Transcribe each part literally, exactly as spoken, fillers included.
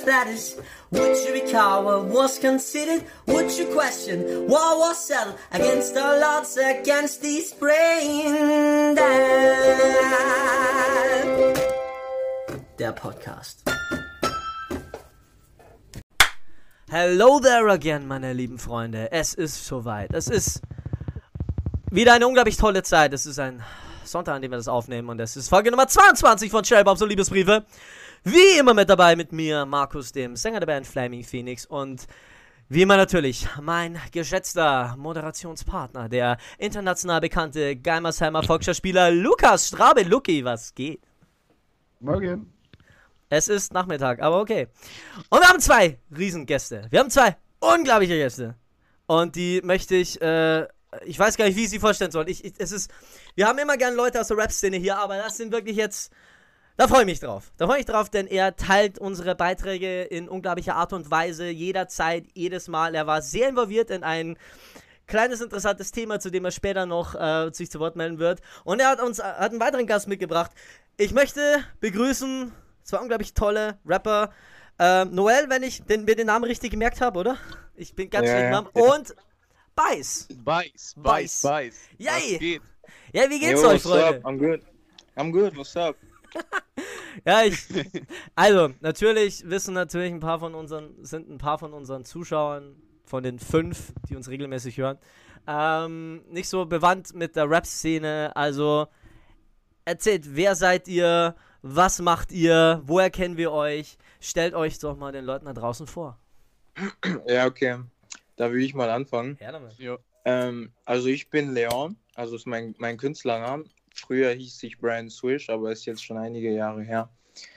status? Would you recall what was considered? Would you question what was settled against all odds, against these brain dead? Der Podcast. Hello there again, meine lieben Freunde. Es ist soweit. Es ist wieder eine unglaublich tolle Zeit. Es ist ein Sonntag, an dem wir das aufnehmen. Und es ist Folge Nummer zweiundzwanzig von Shellbobs und Liebesbriefe. Wie immer mit dabei mit mir, Markus, dem Sänger der Band Flaming Phoenix. Und wie immer natürlich mein geschätzter Moderationspartner, der international bekannte Geimersheimer Volksschauspieler Lukas Strabe. Luki, was geht? Morgen. Es ist Nachmittag, aber okay. Und wir haben zwei Riesengäste. Wir haben zwei unglaubliche Gäste. Und die möchte ich, äh, ich weiß gar nicht, wie ich sie vorstellen soll. Ich, ich, es ist, wir haben immer gern Leute aus der Rap-Szene hier, aber das sind wirklich jetzt, da freue ich mich drauf. Da freue ich mich drauf, denn er teilt unsere Beiträge in unglaublicher Art und Weise, jederzeit, jedes Mal. Er war sehr involviert in ein kleines, interessantes Thema, zu dem er später noch äh, sich zu Wort melden wird. Und er hat uns, hat einen weiteren Gast mitgebracht. Ich möchte begrüßen zwei unglaublich tolle Rapper. Ähm, Noel, wenn ich den, mir den Namen richtig gemerkt habe, oder? Ich bin ganz schlecht im Namen. Und Beiß. Beiß, Beiß, Beiß. Yay. Was geht? Ja, wie geht's Yo, euch, what's Freunde? up? I'm good. I'm good, what's up? Ja, ich. Also, natürlich wissen natürlich ein paar von unseren, sind ein paar von unseren Zuschauern, von den fünf, die uns regelmäßig hören, ähm, nicht so bewandt mit der Rap-Szene. Also, erzählt, wer seid ihr? Was macht ihr? Woher kennen wir euch? Stellt euch doch mal den Leuten da draußen vor. Ja, okay. Da will ich mal anfangen. Ja, damit. Ähm, also ich bin Leon, also ist mein, mein Künstlername. Früher hieß ich Brian Swish, aber ist jetzt schon einige Jahre her.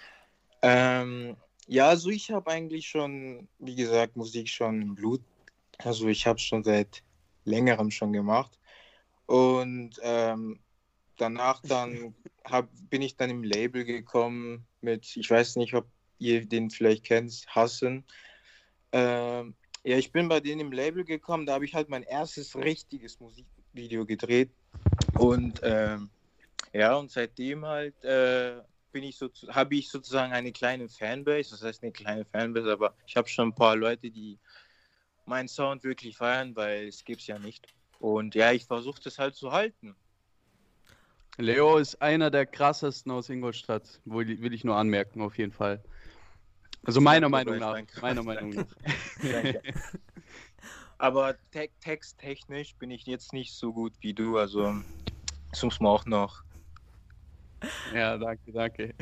Ähm, ja, also ich habe eigentlich schon, wie gesagt, Musik schon im Blut. Also ich habe es schon seit längerem schon gemacht. Und ähm, danach dann hab, bin ich dann im Label gekommen mit, ich weiß nicht, ob ihr den vielleicht kennt, Hassen. Ähm, ja, ich bin bei denen im Label gekommen, da habe ich halt mein erstes richtiges Musikvideo gedreht. Und ähm, ja, und seitdem halt äh, bin ich so, habe ich sozusagen eine kleine Fanbase, das heißt eine kleine Fanbase, aber ich habe schon ein paar Leute, die meinen Sound wirklich feiern, weil es gibt es ja nicht. Und ja, ich versuche das halt zu halten. Leo ist einer der krassesten aus Ingolstadt, will, will ich nur anmerken, auf jeden Fall. Also meiner Meinung nach. Meiner Meinung nach. Aber te- texttechnisch bin ich jetzt nicht so gut wie du, also das muss man auch noch. Ja, danke, danke.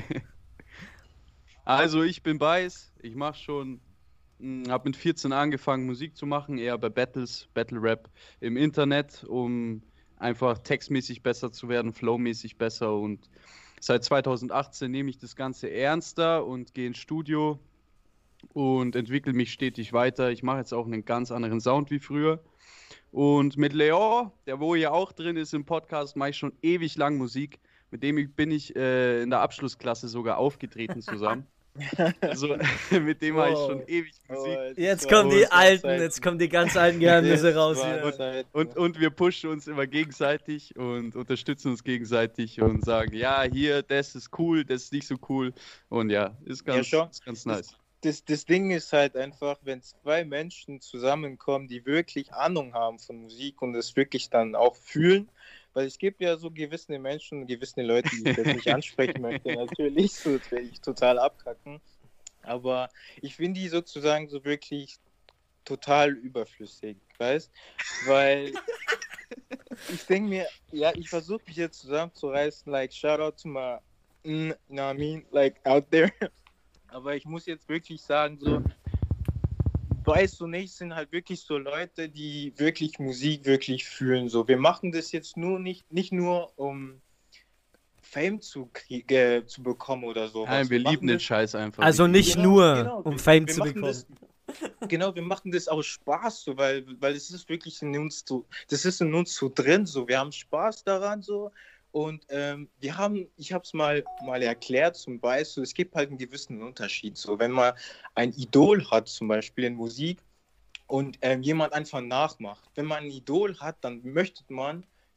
Also ich bin Beiß, ich mache schon, habe mit vierzehn angefangen Musik zu machen, eher bei Battles, Battle Rap im Internet, um einfach textmäßig besser zu werden, flowmäßig besser, und seit zweitausendachtzehn nehme ich das Ganze ernster und gehe ins Studio und entwickle mich stetig weiter. Ich mache jetzt auch einen ganz anderen Sound wie früher. Und mit Leon, der wo hier auch drin ist im Podcast, mache ich schon ewig lang Musik. Mit dem bin ich äh, in der Abschlussklasse sogar aufgetreten zusammen. Also mit dem mache ich schon ewig Musik. Oh, Jetzt kommen die alten, jetzt kommen die ganz alten Geheimnisse raus war- hier. Und, und wir pushen uns immer gegenseitig und unterstützen uns gegenseitig und sagen, ja, hier, das ist cool, das ist nicht so cool. Und ja, ist ganz, Ja, schon. ist ganz nice. Das, das Ding ist halt einfach, wenn zwei Menschen zusammenkommen, die wirklich Ahnung haben von Musik und es wirklich dann auch fühlen, weil es gibt ja so gewisse Menschen, gewisse Leute, die ich jetzt nicht ansprechen möchte, natürlich, so werde ich total abkacken, aber ich finde die sozusagen so wirklich total überflüssig, weißt, weil ich denke mir, ja, ich versuche mich jetzt zusammenzureißen, like, shout out to my, mm, you know what I mean, like, out there, aber ich muss jetzt wirklich sagen, so, Weiß und ich sind halt wirklich so Leute, die wirklich Musik wirklich fühlen. So, wir machen das jetzt nur nicht, nicht nur, um Fame zu, krieg, äh, zu bekommen oder so. Nein, wir machen lieben den das- Scheiß einfach. Also nicht Genau, nur, genau. um Wir- Fame wir zu machen bekommen. Das, genau, wir machen das aus Spaß, so, weil, weil es ist wirklich in uns so, das ist in uns so drin, so, wir haben Spaß daran, so, und ähm, wir haben, ich habe es mal, mal erklärt, zum Beispiel, so, es gibt halt einen gewissen Unterschied, so, wenn man ein Idol hat, zum Beispiel in Musik, und ähm, jemand einfach nachmacht. Wenn man ein Idol hat, dann möchte man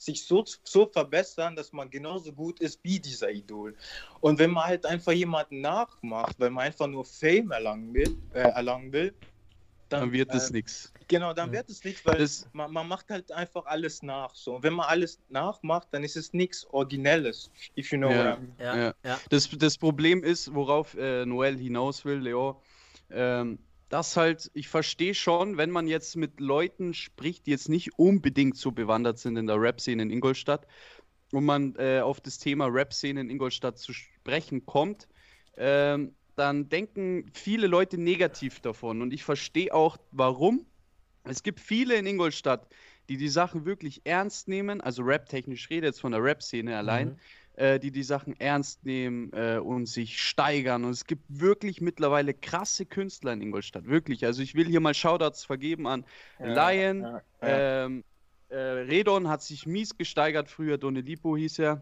sich so, so verbessern, dass man genauso gut ist wie dieser Idol. Und wenn man halt einfach jemanden nachmacht, weil man einfach nur Fame erlangen will, äh, erlangen will dann, dann wird es äh, nichts. Genau, dann Ja. wird es nichts, weil Das- man, man macht halt einfach alles nach. So. Und wenn man alles nachmacht, dann ist es nichts Originelles, if you know Ja. what I mean. Ja, Ja. ja. Das, das Problem ist, worauf äh, Noel hinaus will, Leo, ähm, das halt, ich verstehe schon, wenn man jetzt mit Leuten spricht, die jetzt nicht unbedingt so bewandert sind in der Rap-Szene in Ingolstadt, und man äh, auf das Thema Rap-Szene in Ingolstadt zu sprechen kommt, ähm, dann denken viele Leute negativ davon. Und ich verstehe auch, warum. Es gibt viele in Ingolstadt, die die Sachen wirklich ernst nehmen, also rap-technisch, ich rede jetzt von der Rap-Szene allein, Mhm. äh, die die Sachen ernst nehmen äh, und sich steigern. Und es gibt wirklich mittlerweile krasse Künstler in Ingolstadt, wirklich. Also ich will hier mal Shoutouts vergeben an Lion, Ja, ja. ähm, äh, Redon hat sich mies gesteigert früher, Donelipo hieß er.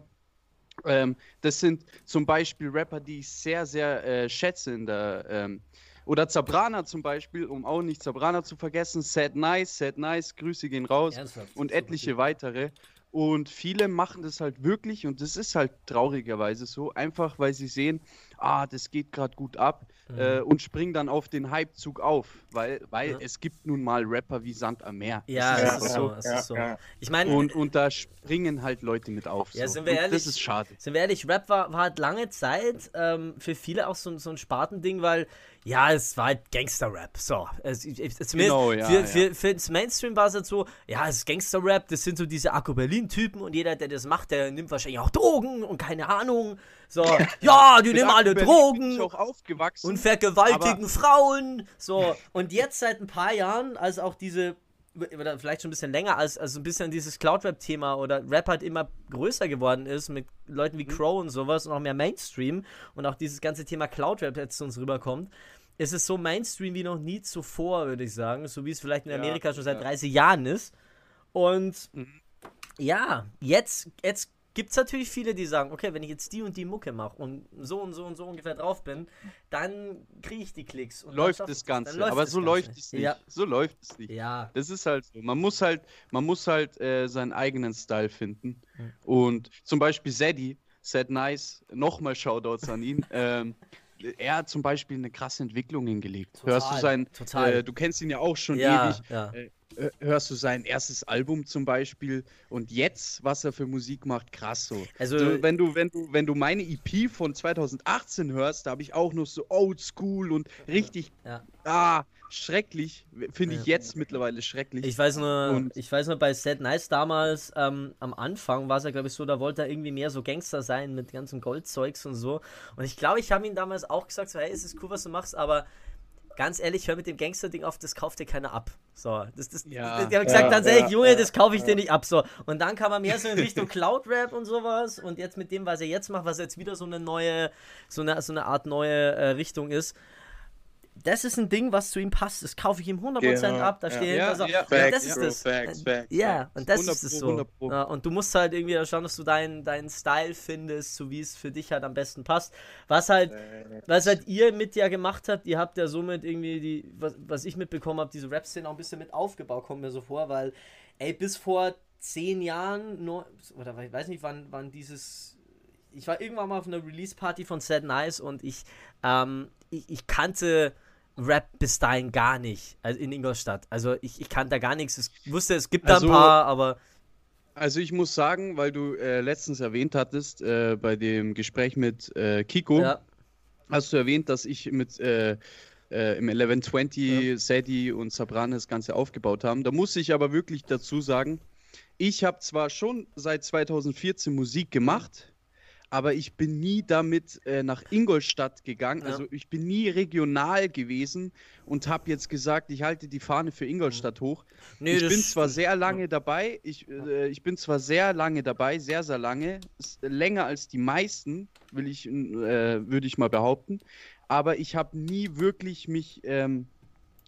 Ähm, das sind zum Beispiel Rapper, die ich sehr, sehr äh, schätze in der, ähm, oder Zabrana zum Beispiel, um auch nicht Zabrana zu vergessen, Sad Nice, Sad Nice, Grüße gehen raus Ernsthaft? und Super etliche Typ. weitere. Und viele machen das halt wirklich, und das ist halt traurigerweise so, einfach weil sie sehen, ah, das geht gerade gut ab, Mhm. äh, und springen dann auf den Hypezug auf, weil, weil Ja. es gibt nun mal Rapper wie Sand am Meer. Ja, Das es einfach ist so, es ja, ist so. ja. Ich meine, Und, und da springen halt Leute mit auf. Ja, so. sind wir und ehrlich, das ist schade. Sind wir ehrlich, Rap war, war halt lange Zeit ähm, für viele auch so, so ein Spartending, weil, ja, es war halt Gangster-Rap. So, es, es, es, zumindest Genau, ja, für, ja. für, für das Mainstream war es halt so, ja, es ist Gangster-Rap, das sind so diese Akku-Berlin-Typen und jeder, der das macht, der nimmt wahrscheinlich auch Drogen und keine Ahnung. So, ja, die Mit nehmen alle Akku Berlin bin ich Drogen auch aufgewachsen. und vergewaltigen Frauen. So, und jetzt seit ein paar Jahren, als auch diese, oder vielleicht schon ein bisschen länger, als, als so ein bisschen dieses Cloud-Rap-Thema oder Rap halt immer größer geworden ist, mit Leuten wie Crow und sowas und auch mehr Mainstream und auch dieses ganze Thema Cloud-Rap jetzt zu uns rüberkommt, ist es so Mainstream wie noch nie zuvor, würde ich sagen, so wie es vielleicht in Ja, Amerika schon seit ja. dreißig Jahren ist. Und Mhm. ja, jetzt, jetzt gibt es natürlich viele, die sagen, okay, wenn ich jetzt die und die Mucke mache und so und so und so ungefähr drauf bin, dann kriege ich die Klicks. Und dann läuft schaff ich das Ganze. Dann läuft Aber das so Ganze. läuft es nicht. Ja, So läuft es nicht. ja. Das ist halt so. Man muss halt, man muss halt äh, seinen eigenen Style finden. Mhm. Und zum Beispiel Zeddy, Sad Nice, nochmal Shoutouts an ihn. ähm, er hat zum Beispiel eine krasse Entwicklung hingelegt. Total, Hörst du sein, total. äh, du kennst ihn ja auch schon ja, ewig. ja. Äh, äh, hörst du sein erstes Album zum Beispiel und jetzt, was er für Musik macht, krass so. Also, So, wenn du, wenn du, wenn du meine E P von zweitausendachtzehn hörst, da habe ich auch noch so Oldschool und richtig, Ja. ah, schrecklich, finde ich Ja. jetzt mittlerweile schrecklich. Ich weiß nur, Und- ich weiß nur, bei Sad Nice damals, ähm, am Anfang war es ja, glaube ich, so, da wollte er irgendwie mehr so Gangster sein mit ganzem Goldzeugs und so. Und ich glaube, ich habe ihm damals auch gesagt, so, hey, es ist cool, was du machst, aber ganz ehrlich, hör mit dem Gangster-Ding auf, das kauft dir keiner ab. So, das, das, Ja. das, ich habe gesagt, Ja, ganz ehrlich, ja, Junge, ja, das kaufe ich dir ja. nicht ab. So. Und dann kam er mehr so in Richtung Cloud-Rap und sowas. Und jetzt mit dem, was er jetzt macht, was jetzt wieder so eine neue, so eine, so eine Art neue äh, Richtung ist. Das ist ein Ding, was zu ihm passt. Das kaufe ich ihm hundert Prozent Genau, ab. Da ja. stehe ich Ja, hinter. So. ja, Und Facts, das ist Bro, das. facts, facts, Ja, facts. und das hundert ist es Pro, so. hundert Pro. Ja, und du musst halt irgendwie da schauen, dass du deinen deinen Style findest, so wie es für dich halt am besten passt. Was halt, was halt ihr mit ja gemacht habt, ihr habt ja somit irgendwie die, was, was ich mitbekommen habe, diese Rap-Szene auch ein bisschen mit aufgebaut, kommt mir so vor, weil, ey, bis vor zehn Jahren, nur, oder ich weiß nicht, wann, wann dieses, ich war irgendwann mal auf einer Release-Party von Sad Nice und ich, ähm, ich, ich kannte Rap bis dahin gar nicht, also in Ingolstadt. Also ich, ich kannte da gar nichts. Ich wusste, es gibt da Also- ein paar, aber Also ich muss sagen, weil du äh, letztens erwähnt hattest, äh, bei dem Gespräch mit äh, Kiko, ja, hast du erwähnt, dass ich mit äh, äh, im eleven zwanzig Ja. Sadie und Sabrina das Ganze aufgebaut haben. Da muss ich aber wirklich dazu sagen, ich habe zwar schon seit zweitausendvierzehn Musik gemacht, aber ich bin nie damit äh, nach Ingolstadt gegangen. Ja. Also ich bin nie regional gewesen und habe jetzt gesagt, ich halte die Fahne für Ingolstadt hoch. nee, ich das bin zwar sehr lange dabei, ich, äh, ich bin zwar sehr lange dabei, sehr, sehr lange, s- länger als die meisten, will ich, äh, würde ich mal behaupten, aber ich habe nie wirklich mich ähm,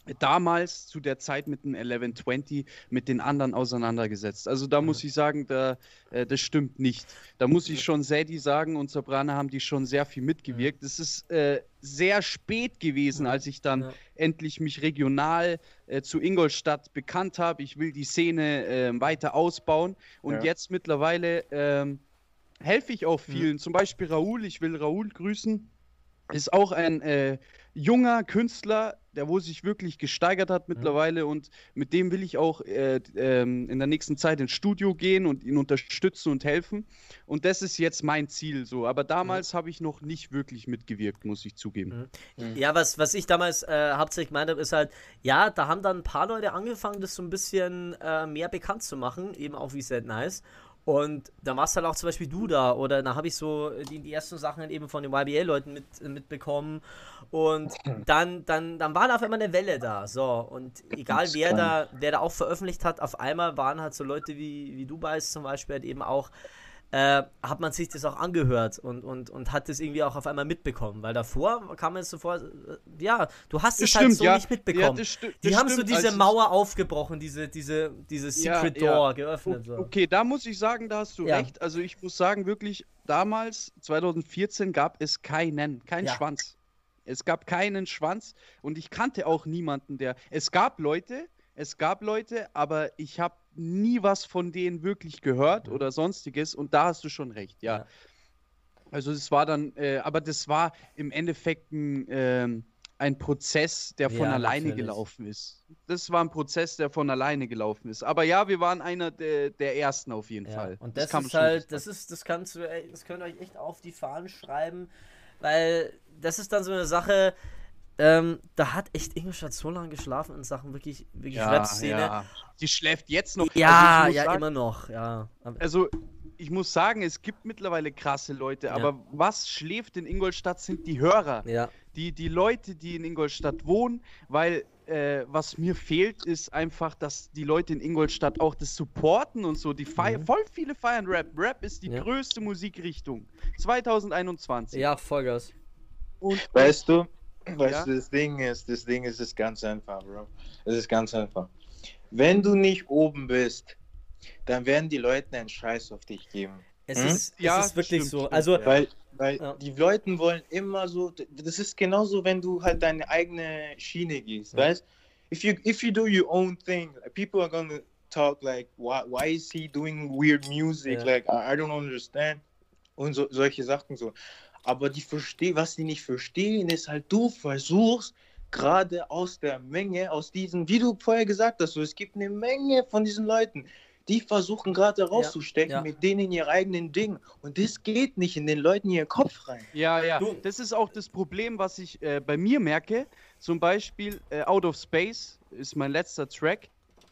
damals zu der Zeit mit dem elf zwanzig mit den anderen auseinandergesetzt. Also da muss ich sagen, da, äh, das stimmt nicht. Da muss ich schon Sadie sagen und Sabrina haben die schon sehr viel mitgewirkt. Es ist äh, sehr spät gewesen, als ich dann Ja. endlich mich regional äh, zu Ingolstadt bekannt habe. Ich will die Szene äh, weiter ausbauen und Ja. jetzt mittlerweile ähm, helfe ich auch vielen. Zum Beispiel Raoul, ich will Raoul grüßen. Ist auch ein äh, junger Künstler, der wo sich wirklich gesteigert hat mittlerweile und mit dem will ich auch äh, ähm, in der nächsten Zeit ins Studio gehen und ihn unterstützen und helfen. Und das ist jetzt mein Ziel so. Aber damals habe ich noch nicht wirklich mitgewirkt, muss ich zugeben. Ja, was, was ich damals äh, hauptsächlich gemeint habe, ist halt, ja, da haben dann ein paar Leute angefangen, das so ein bisschen äh, mehr bekannt zu machen, eben auch wie Sad Nice. Und da warst halt auch zum Beispiel du da, oder da habe ich so die, die ersten Sachen eben von den Y B A-Leuten mit, mitbekommen. Und dann, dann, dann war da auf einmal eine Welle da. So, und egal Das wer kann- da, wer da auch veröffentlicht hat, auf einmal waren halt so Leute wie, wie du bist zum Beispiel halt eben auch, äh, hat man sich das auch angehört und, und, und hat das irgendwie auch auf einmal mitbekommen. Weil davor kam man so vor, äh, ja, du hast es Das halt stimmt, so ja. nicht mitbekommen. Ja, das sti- Die das haben so stimmt, diese als- Mauer aufgebrochen, diese, diese, diese Ja, Secret ja. Door geöffnet. So. Okay, da muss ich sagen, da hast du Ja. recht. Also ich muss sagen, wirklich, damals, zwanzig vierzehn, gab es keinen, keinen Ja. Schwanz. Es gab keinen Schwanz und ich kannte auch niemanden, der. Es gab Leute, es gab Leute, aber ich habe nie was von denen wirklich gehört oder sonstiges und da hast du schon recht, ja. Ja. Also es war dann, äh, aber das war im Endeffekt ein, ähm, ein Prozess, der von Ja, alleine natürlich. gelaufen ist. Das war ein Prozess, der von alleine gelaufen ist. Aber ja, wir waren einer der, der ersten auf jeden Ja. Fall. Und das, kann man ist schon halt, so das sagen. ist, das kannst du, ey, das könnt ihr euch echt auf die Fahnen schreiben, weil das ist dann so eine Sache, ähm, da hat echt Ingolstadt so lange geschlafen in Sachen wirklich, wirklich Rap-Szene. ja. Die schläft jetzt noch. Ja, Also ich muss ja, sagen, immer noch, ja. Aber- Also ich muss sagen, es gibt mittlerweile krasse Leute, aber was schläft in Ingolstadt sind die Hörer. Ja, Die, die Leute, die in Ingolstadt wohnen, weil äh, was mir fehlt, ist einfach, dass die Leute in Ingolstadt auch das supporten und so. Die feiern, voll viele feiern Rap. Rap ist die Ja. größte Musikrichtung zwanzig einundzwanzig. ja, Vollgas. Und Weißt du, weißt Ja? du, das Ding ist, das Ding ist, es ist ganz einfach, Bro. Es ist ganz einfach. Wenn du nicht oben bist, dann werden die Leute einen Scheiß auf dich geben. Es Hm? ist, Ja, es ist wirklich stimmt, so. stimmt, Also, ja. Weil, weil Ja. die Leute wollen immer so, das ist genauso, wenn du halt deine eigene Schiene gehst, Ja. weißt? If you, if you do your own thing, people are gonna talk like, why, why is he doing weird music? Ja. Like, I, I don't understand. Und so, solche Sachen so. Aber die verstehen, was die nicht verstehen, ist halt, du versuchst gerade aus der Menge, aus diesen, wie du vorher gesagt hast, so, es gibt eine Menge von diesen Leuten, die versuchen gerade rauszustecken ja. mit denen in ihr eigenen Ding. Und das geht nicht in den Leuten in ihren Kopf rein. Ja, ja, Du- das ist auch das Problem, was ich äh, bei mir merke. Zum Beispiel äh, Out of Space ist mein letzter Track.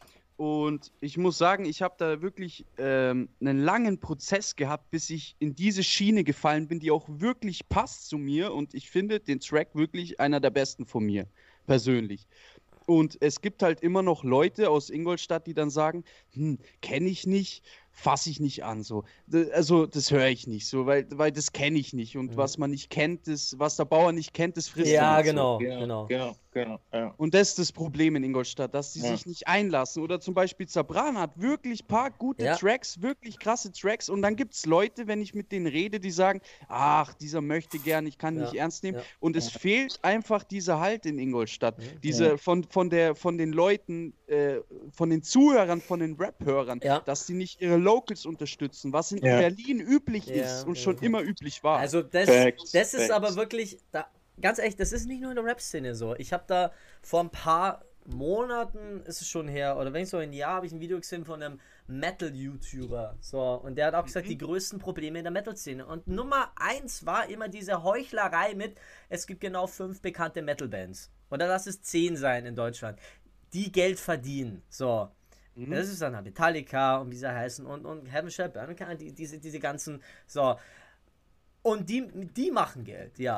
Und ich muss sagen, ich habe da wirklich ähm, einen langen Prozess gehabt, bis ich in diese Schiene gefallen bin, die auch wirklich passt zu mir. Und ich finde den Track wirklich einer der besten von mir, persönlich. Und es gibt halt immer noch Leute aus Ingolstadt, die dann sagen, hm, kenne ich nicht, fasse ich nicht an, so. D- Also, das höre ich nicht, so, weil, weil das kenne ich nicht. Und Mhm. was man nicht kennt, das, was der Bauer nicht kennt, das frisst er ja, nicht, so. genau, Genau, genau. genau, genau. Ja. Und das ist das Problem in Ingolstadt, dass die Ja. sich nicht einlassen. Oder zum Beispiel Zabran hat wirklich paar gute Ja. Tracks, wirklich krasse Tracks. Und dann gibt es Leute, wenn ich mit denen rede, die sagen, ach, dieser möchte gern, ich kann ihn Ja. nicht ernst nehmen. Ja. Und es fehlt einfach dieser Halt in Ingolstadt. Mhm. Diese Ja. von, von, der, von den Leuten, äh, von den Zuhörern, von den Rap-Hörern, Ja. dass sie nicht ihre Locals unterstützen, was in Ja. Berlin üblich Ja, ist und ja, schon ja. immer üblich war. Also das, Facts, das ist facts. aber wirklich, da, ganz ehrlich, das ist nicht nur in der Rap-Szene so. Ich habe da vor ein paar Monaten, ist es schon her, oder wenn ich so ein Jahr, habe ich ein Video gesehen von einem Metal-YouTuber. So, und der hat auch gesagt, die größten Probleme in der Metal-Szene. Und Nummer eins war immer diese Heuchlerei mit, es gibt genau fünf bekannte Metal-Bands. Oder lass es zehn sein in Deutschland, die Geld verdienen. So. Mhm. Das ist dann halt Metallica und wie sie heißen und, und Heaven Shall Burn, die, diese, diese ganzen, so. Und die, die machen Geld, ja.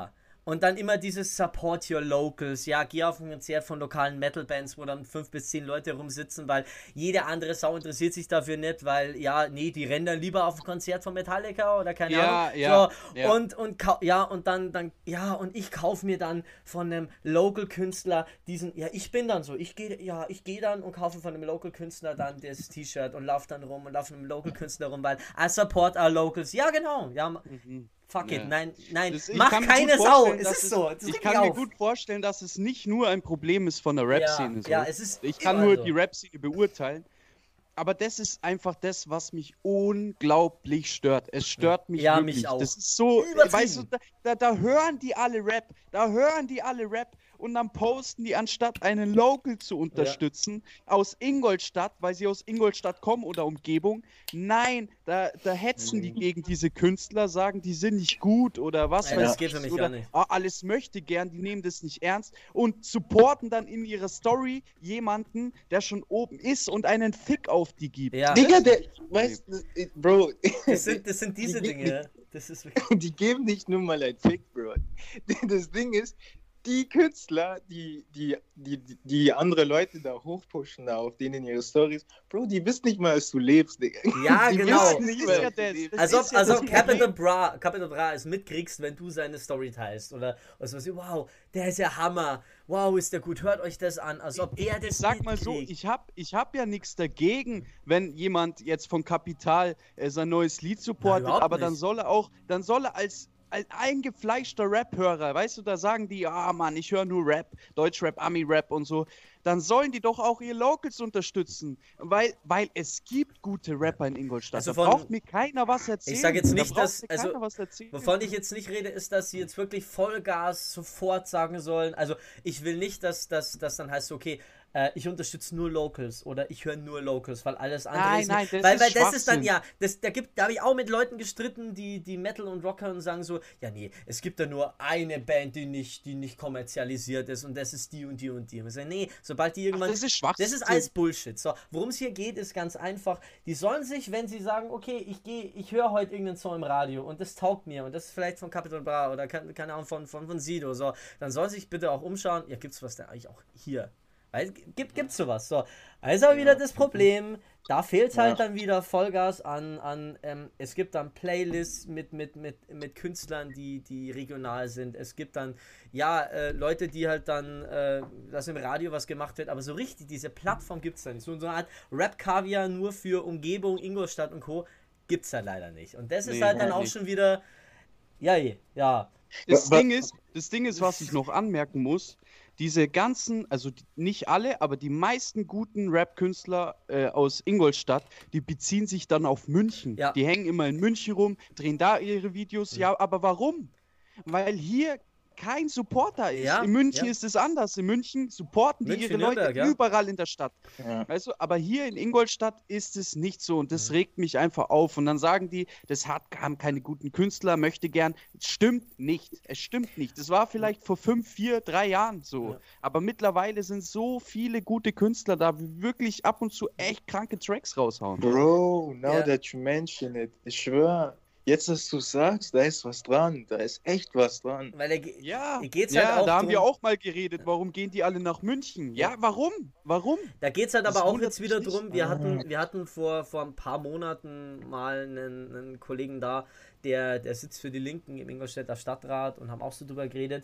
Und dann immer dieses Support your locals. Ja, geh auf ein Konzert von lokalen Metal-Bands, wo dann fünf bis zehn Leute rumsitzen, weil jede andere Sau interessiert sich dafür nicht, weil, ja, nee, die rennen dann lieber auf ein Konzert von Metallica oder keine Ja, Ahnung. ja, so, ja. Und, und, kau- ja, und dann, dann, ja, und ich kaufe mir dann von einem Local-Künstler diesen, ja, ich bin dann so, ich gehe, ja, ich gehe dann und kaufe von einem Local-Künstler dann das T-Shirt und laufe dann rum und laufe von einem Local-Künstler rum, weil I support our locals. Ja, genau, ja, Mhm. fuck Ja. it, nein, nein, Das- ich mach kann mir keine gut Sau, vorstellen, es dass ist so, das Ich regt kann mich mir auf. gut vorstellen, dass es nicht nur ein Problem ist von der Rap-Szene. So. Ja, es ist Ich kann überall nur so. die Rap-Szene beurteilen. Aber das ist einfach das, was mich unglaublich stört. Es stört mich Ja, wirklich. mich auch. Das ist so, Übertrieben. weißt du, da, da, da hören die alle Rap, da hören die alle Rap und dann posten die, anstatt einen Local zu unterstützen, aus Ingolstadt, weil sie aus Ingolstadt kommen oder Umgebung. Nein, da, da hetzen die gegen diese Künstler, sagen, die sind nicht gut oder was Ja, weiß das geht ich, für mich oder gar nicht. ah, alles möchte gern, die nehmen das nicht ernst und supporten dann in ihrer Story jemanden, der schon oben ist und einen Fick auf die gibt. Ja, Digga, der, weißt du, Bro, das sind, das sind diese die, Dinge, das ist die geben nicht nur mal ein Fick, Bro. Das Ding ist, die Künstler, die, die, die, die andere Leute da hochpushen, da auf denen ihre Stories, Bro, die wissen nicht mal, dass du lebst, Digga. Ja, die genau. wissen nicht Das mal, ist ja dass du das. lebst. Das Als ob, ist ja als das ob Capital Problem. Bra, Capital Bra es mitkriegst, wenn du seine Story teilst. Oder, oder so, wow, der ist ja Hammer. Wow, ist der gut. Hört euch das an. Als ob er das Ich sag mal so, mitkriegt. ich hab, ich hab ja nichts dagegen, wenn jemand jetzt von Kapital äh, sein neues Lied supportet, überhaupt aber dann nicht. soll er auch, dann soll er als, als eingefleischter Rap-Hörer, weißt du, da sagen die, ah Mann, ich höre nur Rap, Deutschrap, Ami-Rap und so, dann sollen die doch auch ihr Locals unterstützen, weil, weil es gibt gute Rapper in Ingolstadt, Also da von- braucht mir keiner was erzählen. Ich sag jetzt Da nicht, braucht dass- mir also, keiner was erzählen. Wovon ich jetzt nicht rede, ist, dass sie jetzt wirklich Vollgas sofort sagen sollen. Also ich will nicht, dass das dann heißt, okay, äh, ich unterstütze nur Locals oder ich höre nur Locals, weil alles andere Nein, ist. nein, das weil, ist weil das ist dann Schwachsinn. ja, das, da gibt, da habe ich auch mit Leuten gestritten, die, die Metal und Rocker und sagen so, ja nee, es gibt da nur eine Band, die nicht, die nicht kommerzialisiert ist und das ist die und die und die. Und ich sage, nee, sobald die irgendwann. das ist Schwachsinn. Das ist alles Bullshit. So, worum es hier geht, ist ganz einfach. Die sollen sich, wenn sie sagen, okay, ich gehe, ich höre heute irgendeinen Song im Radio und das taugt mir und das ist vielleicht von Capital Bra oder keine, keine Ahnung von, von, von Sido, so, dann soll sich bitte auch umschauen. Ja, gibt's was da eigentlich auch hier? Weil, gibt, gibt's sowas. So, also aber wieder das Problem, da fehlt halt Ja. dann wieder Vollgas an, an ähm, es gibt dann Playlists mit, mit, mit, mit Künstlern, die, die regional sind. Es gibt dann, ja, äh, Leute, die halt dann, äh, dass im Radio was gemacht wird, aber so richtig, diese Plattform gibt's da nicht. So, so eine Art Rap-Kaviar nur für Umgebung, Ingolstadt und Co. gibt's da leider nicht. Und das ist Nee, halt dann halt auch nicht. schon wieder, ja, je, ja. Das Wa- Ding ist, das Ding ist, was ich noch anmerken muss, diese ganzen, also die, nicht alle, aber die meisten guten Rap-Künstler äh, aus Ingolstadt, die beziehen sich dann auf München. Ja. Die hängen immer in München rum, drehen da ihre Videos. Ja, aber warum? Weil hier kein Supporter ist. Ja, in München ja. ist es anders. In München supporten die München, ihre Leute Nürnberg, ja. überall in der Stadt. Ja. Weißt du, aber hier in Ingolstadt ist es nicht so und das regt mich einfach auf. Und dann sagen die, das hat, haben keine guten Künstler, möchte gern. Stimmt nicht. Es stimmt nicht. Das war vielleicht vor fünf, vier, drei Jahren so. Ja. Aber mittlerweile sind so viele gute Künstler da, die wirklich ab und zu echt kranke Tracks raushauen. Bro, now Ja. that you mention it, ich schwör, jetzt, dass du sagst, da ist was dran, da ist echt was dran. Weil er, ge- Ja, hier geht's ja halt auch da haben wir drum- auch mal geredet, warum gehen die alle nach München? Ja, warum? Warum? Da geht es halt Das aber auch wundert jetzt mich wieder nicht. drum, wir hatten, wir hatten vor, vor ein paar Monaten mal einen, einen Kollegen da, der, der sitzt für die Linken im Ingolstädter Stadtrat und haben auch so drüber geredet.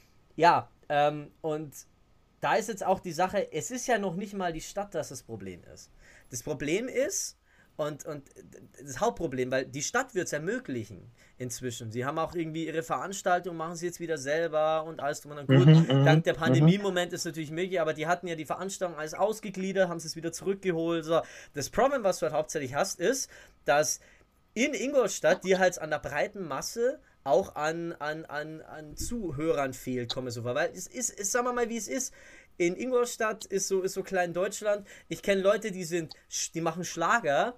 Ja, ähm, und da ist jetzt auch die Sache, es ist ja noch nicht mal die Stadt, das das Problem ist. Das Problem ist, und, und das Hauptproblem, weil die Stadt wird es ermöglichen inzwischen. Sie haben auch irgendwie ihre Veranstaltung, machen sie jetzt wieder selber und alles drum und dran. Gut, Mhm, mhm, dank der Pandemie-Moment ist natürlich möglich, aber die hatten ja die Veranstaltung alles ausgegliedert, haben es wieder zurückgeholt. So. Das Problem, was du halt hauptsächlich hast, ist, dass in Ingolstadt dir halt an der breiten Masse auch an, an, an, an Zuhörern fehlt, komme so vor. Weil es ist, ist, sagen wir mal, wie es ist. In Ingolstadt ist so, ist so klein Deutschland. Ich kenne Leute, die sind, die machen Schlager,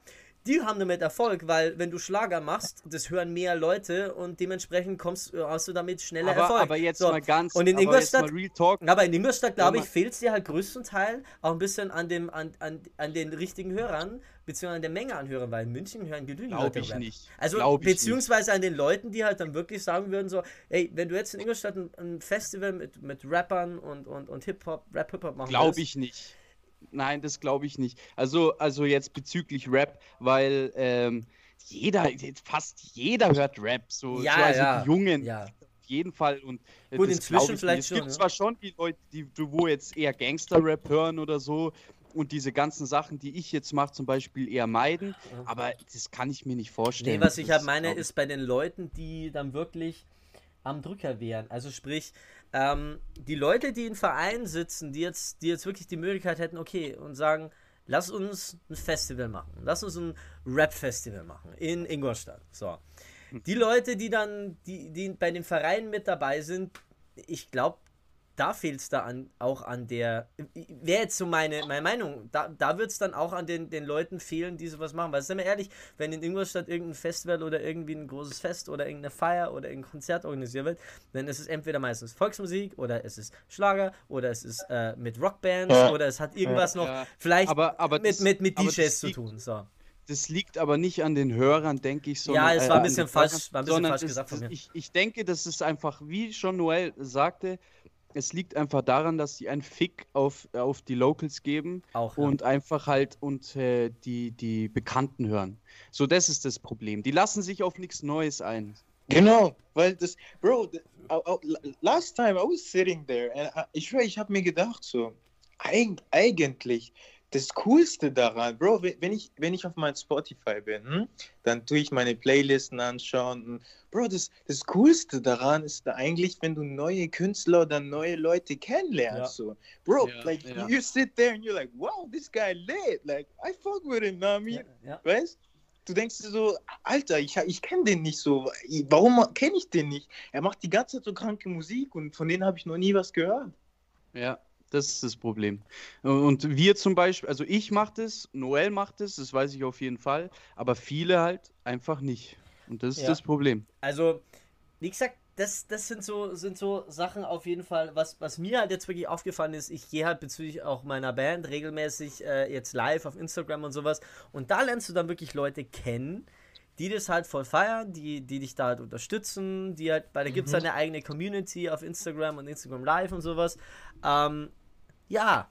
die haben damit Erfolg, weil wenn du Schlager machst, das hören mehr Leute und dementsprechend kommst, hast du damit schneller aber, Erfolg. aber jetzt so. mal ganz, und in aber Ingolstadt, jetzt mal Real Talk. aber in Ingolstadt, glaube Ja, ich, fehlt es dir halt größtenteils auch ein bisschen an dem, an, an, an den richtigen Hörern, beziehungsweise an der Menge an Hörern, weil in München hören genügend Glaub Leute ich Rap. nicht. Also Glaub ich beziehungsweise an den Leuten, die halt dann wirklich sagen würden so, ey, wenn du jetzt in Ingolstadt ein, ein Festival mit, mit Rappern und, und, und Hip-Hop, Rap-Hip-Hop machen Glaube willst, ich nicht. Nein, das glaube ich nicht. Also, also jetzt bezüglich Rap, weil ähm, jeder, fast jeder hört Rap. So, Ja, so also ja, die Jungen ja. auf jeden Fall. Und äh, Gut, das inzwischen glaub ich vielleicht nicht. Es schon, gibt ja. zwar schon die Leute, die, die wo jetzt eher Gangster-Rap hören oder so und diese ganzen Sachen, die ich jetzt mache, zum Beispiel eher meiden, Ja. aber das kann ich mir nicht vorstellen. Nee, was ich Das halt meine, glaub ich- ist bei den Leuten, die dann wirklich am Drücker wären. Also sprich, ähm, die Leute, die in Vereinen sitzen, die jetzt, die jetzt wirklich die Möglichkeit hätten, okay, und sagen, lass uns ein Festival machen. Lass uns ein Rap-Festival machen in Ingolstadt. So. Die Leute, die dann, die, die bei den Vereinen mit dabei sind, ich glaube, da fehlt es da an, auch an der, wäre jetzt so meine, meine Meinung, da, da wird es dann auch an den, den Leuten fehlen, die sowas machen. Weil, sind wir ehrlich, wenn in Ingolstadt irgendein Festival oder irgendwie ein großes Fest oder irgendeine Feier oder irgendein Konzert organisiert wird, dann ist es entweder meistens Volksmusik oder es ist Schlager oder es ist äh, mit Rockbands Ja. oder es hat irgendwas noch Ja. vielleicht Aber- aber mit, das- mit, mit aber D Js das zu liegt- tun. So. Das liegt aber nicht an den Hörern, denke ich, sondern Ja, es äh, war ein an bisschen den falsch- Hörern, war ein bisschen sondern falsch das, gesagt von das, mir. Ich, ich denke, das ist einfach, wie schon Noel sagte, es liegt einfach daran, dass die einen Fick auf, auf die Locals geben Auch, ja. und einfach halt und äh, die, die Bekannten hören. So, das ist das Problem. Die lassen sich auf nichts Neues ein. Genau, weil das, Bro, th- I- I- last time I was sitting there and I, ich schwör, ich habe mir gedacht so, eig eigentlich das Coolste daran, Bro, wenn wenn ich, wenn ich auf meinem Spotify bin, hm, dann tue ich meine Playlisten anschauen. Und, Bro, das, das Coolste daran ist da eigentlich, wenn du neue Künstler oder neue Leute kennenlernst. Ja. So. Bro, Ja, like ja. you sit there and you're like, wow, this guy lit. Like, I fuck with him, know what I mean? Ja, ja. Weißt? Du denkst dir so, Alter, ich, ich kenne den nicht so. Warum kenne ich den nicht? Er macht die ganze Zeit so kranke Musik und von denen habe ich noch nie was gehört. Ja, das ist das Problem. Und wir zum Beispiel, also ich mache das, Noel macht das, das weiß ich auf jeden Fall, aber viele halt einfach nicht. Und das ist Ja. das Problem. Also, wie gesagt, das, das sind so, sind so Sachen auf jeden Fall, was, was mir halt jetzt wirklich aufgefallen ist, ich gehe halt bezüglich auch meiner Band regelmäßig äh, jetzt live auf Instagram und sowas und da lernst du dann wirklich Leute kennen, die das halt voll feiern, die, die dich da halt unterstützen, die halt, weil da gibt es halt eine eigene Community auf Instagram und Instagram Live und sowas. Ähm, ja,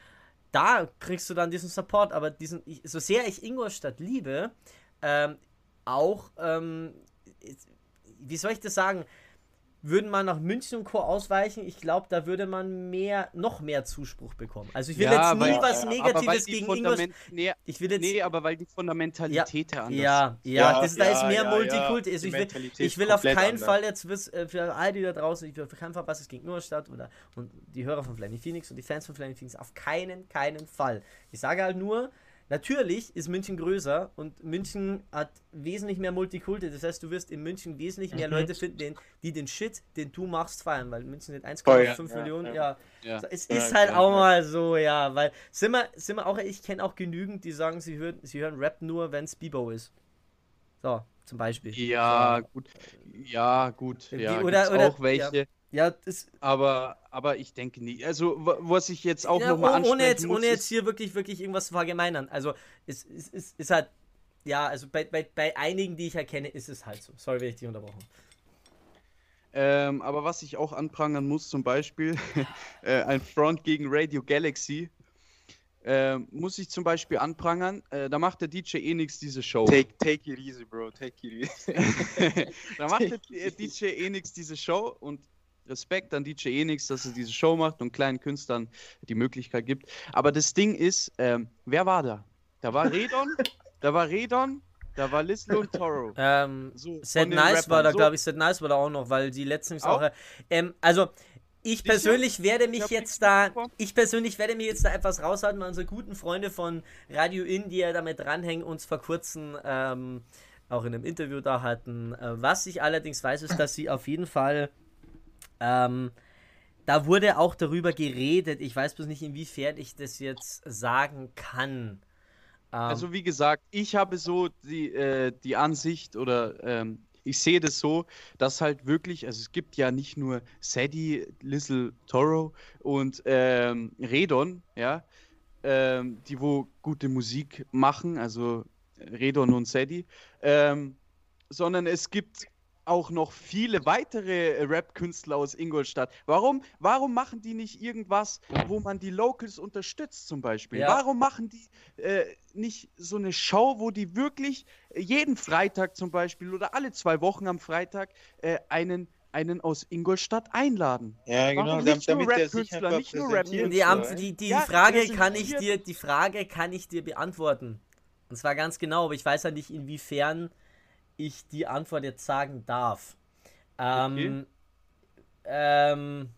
da kriegst du dann diesen Support, aber diesen, ich, so sehr ich Ingolstadt liebe, ähm, auch, ähm, wie soll ich das sagen, würden man nach München und Co. ausweichen, ich glaube, da würde man mehr, noch mehr Zuspruch bekommen. Also ich will Ja, jetzt nie weil- was aber weil Negatives die gegen Fundament- Ingolstadt. Nee, Ich will jetzt nee, aber weil die Fundamentalität her anders ja, ja, Ja, das, da ist ja, mehr ja, Multikulti. ja. Also Die ich will, Mentalität ich will ist auf komplett keinen anders. Fall jetzt wiss- äh, für all die da draußen, ich will auf keinen Fall was ist gegen Ingolstadt oder und die Hörer von Flaming Phoenix und die Fans von Flaming Phoenix. Auf keinen, keinen Fall. Ich sage halt nur, natürlich ist München größer und München hat wesentlich mehr Multikulti. Das heißt, du wirst in München wesentlich mehr Mhm. Leute finden, den, die den Shit, den du machst, feiern, weil München sind eins Oh Komma ja, fünf ja, Millionen, ja. ja. Ja. So, Es Ja, ist halt ja, auch ja. mal so, ja, weil sind wir, sind wir auch, ich kenne auch genügend, die sagen, sie hören, sie hören Rap nur, wenn es Bebo ist. So, zum Beispiel. Ja, So. gut. Ja, gut. Die- Ja, oder- gibt's oder- auch welche. Ja, das, Aber, aber ich denke nicht. Also, wa- was ich jetzt auch ja, nochmal oh- ansprechen ohne jetzt, muss, ohne jetzt ist, hier wirklich, wirklich irgendwas zu verallgemeinern. Also, es, es, es ist halt, ja, also bei, bei, bei einigen, die ich erkenne, ist es halt so. Sorry, wenn ich dich unterbrochen. ähm, aber was ich auch anprangern muss, zum Beispiel, äh, ein Front gegen Radio Galaxy, ähm, muss ich zum Beispiel anprangern, äh, da macht der D J Enix diese Show. Take, take it easy, Bro, take it easy. Da macht der äh, D J Enix diese Show und Respekt an D J Enix, dass er diese Show macht und kleinen Künstlern die Möglichkeit gibt. Aber das Ding ist, ähm, wer war da? Da war Redon, da war Redon, da war Lislo und Toro. Ähm, So, Set von den Nice war Rappern. da, So, glaube ich, Set Nice war da auch noch, weil die letztens auch. Auch? Ähm, also, ich Sicher? persönlich werde Ich mich hab jetzt nichts da, mitbekommen. ich persönlich werde mir jetzt da etwas raushalten, weil unsere guten Freunde von Radio In, die ja damit dranhängen, uns vor kurzem ähm, auch in einem Interview da hatten. Äh, was ich allerdings weiß, ist, dass sie auf jeden Fall, ähm, da wurde auch darüber geredet, ich weiß bloß nicht, inwiefern ich das jetzt sagen kann. Also wie gesagt, ich habe so die, äh, die Ansicht oder ähm, ich sehe das so, dass halt wirklich, also es gibt ja nicht nur Sadie, Little Toro und ähm, Redon, ja, ähm, die wo gute Musik machen, also Redon und Sadie, ähm, sondern es gibt auch noch viele weitere äh, Rap-Künstler aus Ingolstadt. Warum, warum machen die nicht irgendwas, wo man die Locals unterstützt zum Beispiel? Ja. Warum machen die äh, nicht so eine Show, wo die wirklich jeden Freitag zum Beispiel oder alle zwei Wochen am Freitag äh, einen, einen aus Ingolstadt einladen? Ja, genau, Warum dam- nicht nur damit der sich Rap-Künstler, einfach nicht nur präsentiert. Rap-Künstler? Die, Am- so, die, die Ja, Frage kann ich präsentiert. dir, die Frage kann ich dir beantworten. Und zwar ganz genau, aber ich weiß ja nicht, inwiefern ich die Antwort jetzt sagen darf. Ähm, ähm,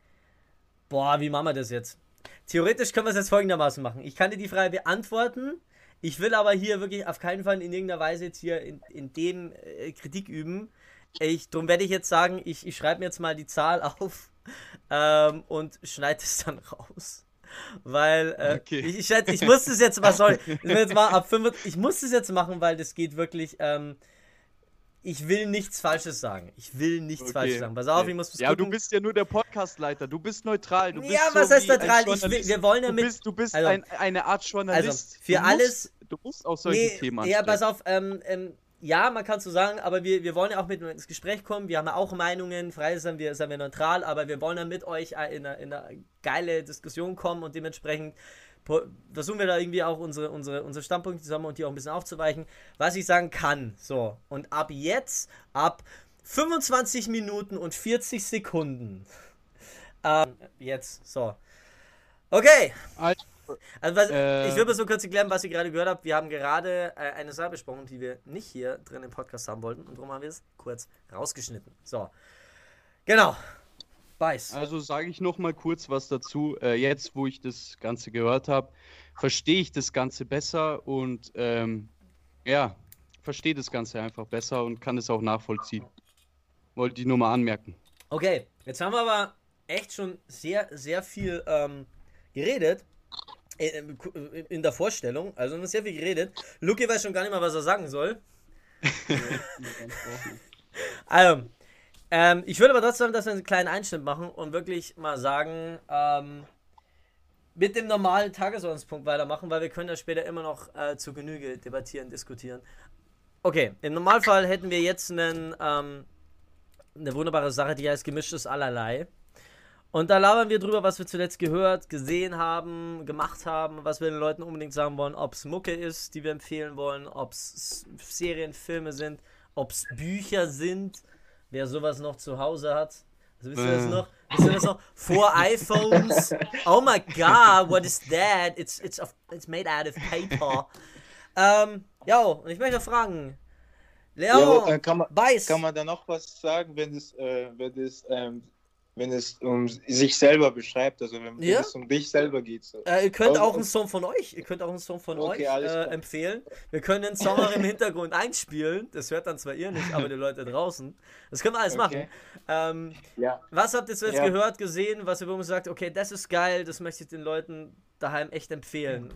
boah, wie machen wir das jetzt? Theoretisch können wir es jetzt folgendermaßen machen. Ich kann dir die Frage beantworten. Ich will aber hier wirklich auf keinen Fall in irgendeiner Weise jetzt hier in, in dem äh, Kritik üben. Ich, darum werde ich jetzt sagen, ich, ich schreibe mir jetzt mal die Zahl auf ähm, und schneide es dann raus. Weil äh, Okay. ich, ich, schätze, ich muss das jetzt mal, sorry, ich, will jetzt mal ab fünf, ich muss das jetzt machen, weil das geht wirklich, ähm, ich will nichts Falsches sagen. Ich will nichts Okay, Falsches sagen. Pass auf, okay. ich muss was Ja, du gucken. bist ja nur der Podcastleiter. Du bist neutral. Du bist Ja, so was heißt wie ein neutral? Ich will- Journalist. wir wollen ja du mit- bist, du bist also- ein, eine Art Journalist. für du musst, alles- Du musst auch solche Nee, Themen ja, ansprechen. pass auf, ähm, ähm, ja, man kann so sagen, aber wir, wir wollen ja auch mit ins Gespräch kommen. Wir haben ja auch Meinungen, frei sind wir, sind wir neutral, aber wir wollen ja mit euch äh, in eine, in eine geile Diskussion kommen und dementsprechend po- versuchen wir da irgendwie auch unsere, unsere, unsere Standpunkte zusammen und die auch ein bisschen aufzuweichen, was ich sagen kann. So, und ab jetzt, ab fünfundzwanzig Minuten und vierzig Sekunden. Ähm, jetzt, so. Okay. Alter, Also was, Äh. ich will mal so kurz erklären, was ihr gerade gehört habt. Wir haben gerade äh, eine Sache besprochen, die wir nicht hier drin im Podcast haben wollten und darum haben wir es kurz rausgeschnitten. So. Genau. Beiß. Also sage ich noch mal kurz was dazu. Äh, jetzt, wo ich das Ganze gehört habe, verstehe ich das Ganze besser und ähm, ja, verstehe das Ganze einfach besser und kann es auch nachvollziehen. Wollte ich nur mal anmerken. Okay, jetzt haben wir aber echt schon sehr, sehr viel ähm, geredet. äh, In der Vorstellung. Also wir haben sehr viel geredet. Luki weiß schon gar nicht mal, was er sagen soll. Also, ähm, ich würde aber trotzdem, dass wir einen kleinen Einschnitt machen und wirklich mal sagen, ähm, mit dem normalen Tagesordnungspunkt weitermachen, weil wir können ja später immer noch äh, zu Genüge debattieren, diskutieren. Okay, im Normalfall hätten wir jetzt einen, ähm, eine wunderbare Sache, die heißt gemischtes Allerlei. Und da labern wir drüber, was wir zuletzt gehört, gesehen haben, gemacht haben, was wir den Leuten unbedingt sagen wollen, ob es Mucke ist, die wir empfehlen wollen, ob es Serien, Filme sind, ob es Bücher sind, wer sowas noch zu Hause hat. Also wisst ihr das Äh. noch? Wisst ihr das noch? Vor iPhones. Oh my god, what is that? It's, it's, of, it's made out of paper. ähm, ja, und ich möchte fragen, Ja, Leon, aber, äh, kann man, Beiß. kann man da noch was sagen, wenn es, äh, wenn es, ähm, wenn es um sich selber beschreibt, also wenn, Ja? wenn es um dich selber geht. So. Äh, ihr könnt Aber- auch einen Song von euch, ihr könnt auch einen Song von Okay, euch alles äh, klar. empfehlen. Wir können den Song auch im Hintergrund einspielen. Das hört dann zwar ihr nicht, aber die Leute draußen. Das können wir alles machen. Okay. Ähm, Ja. was habt ihr zuletzt Ja. gehört, gesehen, was ihr wo man sagt, okay, das ist geil, das möchte ich den Leuten daheim echt empfehlen.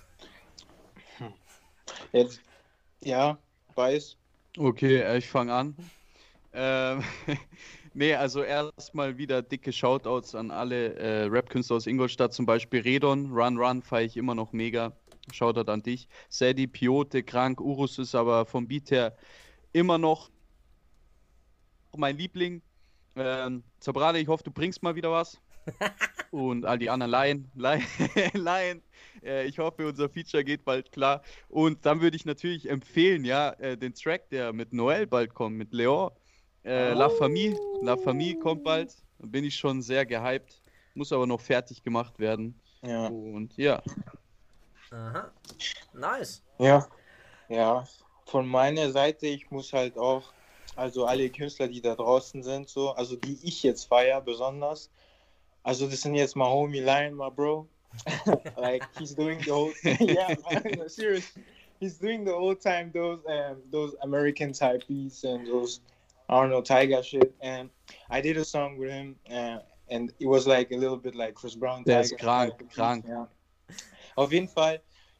Jetzt, ja, weiß. Okay, äh, ich fange an. Ähm, nee, also erstmal wieder dicke Shoutouts an alle äh, Rap-Künstler aus Ingolstadt, zum Beispiel Redon, Run Run feiere ich immer noch mega. Shoutout an dich. Sadie, Piote, Krank, Urus ist aber vom Beat her immer noch mein Liebling. Ähm, Zabrale, ich hoffe, du bringst mal wieder was. Und all die anderen Laien, Laien, Laien. Äh, ich hoffe, unser Feature geht bald klar. Und dann würde ich natürlich empfehlen, ja, äh, den Track, der mit Noel bald kommt, mit Leon. Äh, La Famille, La Famille kommt bald. Da bin ich schon sehr gehypt. Muss aber noch fertig gemacht werden. Ja. Und ja. Aha. Nice. Ja. Ja. Von meiner Seite, ich muss halt auch, also alle Künstler, die da draußen sind, so, also die ich jetzt feiere besonders. Also das sind jetzt mal Homie Lion, my bro. Like he's doing the whole yeah, man, seriously. He's doing the whole time those um those American type beats and those I don't know Tiger shit. And I did a song with him uh, and it was like a little bit like Chris Brown. Der ist Tiger krank, type of beats, krank. Ja. Auf jeden Fall,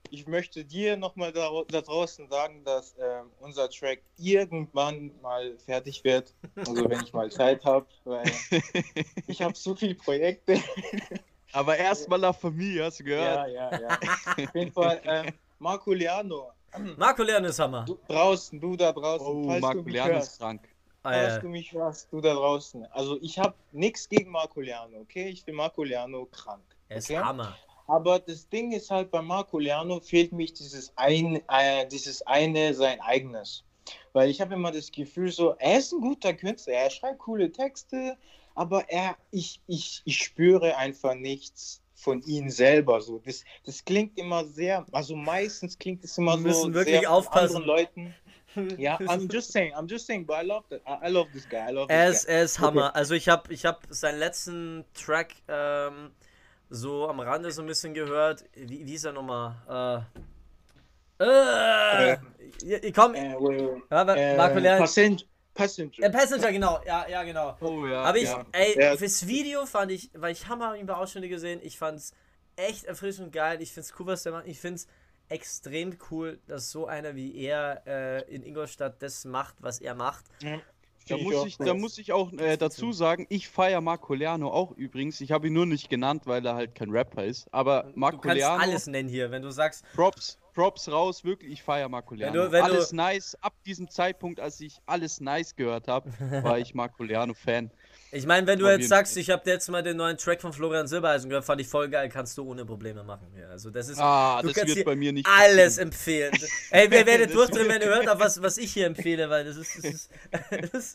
ich möchte dir nochmal da, da draußen sagen, dass ähm, unser Track irgendwann mal fertig wird. Also wenn ich mal Zeit habe, weil ich habe so viele Projekte. Aber erstmal La Familie, hast du gehört? Ja, ja, ja. Auf jeden Fall, ähm, Marco Leano. Marco Leon ist Hammer. Du draußen, du da draußen, Oh, falls Marco du mich Leano ist hörst. krank. Falls Äh, du mich hörst, du da draußen. Also ich habe nichts gegen Marco Leano, okay? Ich bin Marco Leano krank. er ist Okay? Hammer. Aber das Ding ist halt, bei Marco Leano fehlt mich dieses, ein, äh, dieses eine, sein eigenes. Weil ich habe immer das Gefühl so, er ist ein guter Künstler, er schreibt coole Texte, aber er, ich, ich, ich spüre einfach nichts von ihm selber. So. Das, das klingt immer sehr, also meistens klingt es immer Wir müssen so wirklich sehr von aufpassen. anderen Leuten. Ja, I'm just saying, I'm just saying, but I love that. I, I love this guy. I love Er this ist, guy. er ist Okay. Hammer. Also ich habe ich hab seinen letzten Track ähm, so am Rande so ein bisschen gehört. Wie, wie ist er nochmal? Äh, äh, äh, komm, Äh, well, ja, wa- äh, Marco Leon. Passenger. Passenger. Äh, Passenger, genau. Ja, ja, genau. Oh ja. Aber ich, ja. ey, Ja. fürs Video fand ich, weil ich Hammer ein paar Ausschnitte gesehen, ich fand's echt erfrischend geil. Ich find's cool, was der macht. Ich find's extrem cool, dass so einer wie er äh, in Ingolstadt das macht, was er macht. Da Finde muss auch ich, cool. da muss ich auch äh, dazu sagen, ich feiere Marco Leano auch übrigens. Ich habe ihn nur nicht genannt, weil er halt kein Rapper ist. Aber Du Marco kannst Leano, alles nennen hier, wenn du sagst, Props, Props raus, wirklich, ich feiere Marco Wenn Leano. du- wenn du- alles nice. Ab diesem Zeitpunkt, als ich alles nice gehört habe, war ich Marco Leano Fan. ich meine, wenn du Auf jetzt jeden sagst, Fall. ich habe jetzt mal den neuen Track von Florian Silbereisen gehört, fand ich voll geil, kannst du ohne Probleme machen. Ja, also das ist Ah, du das kannst wird hier bei mir nicht alles passieren. empfehlen. Ey, wer werdet Das durchdrehen, wird- wenn ihr hört, auf was, was ich hier empfehle, weil das ist, das ist, das,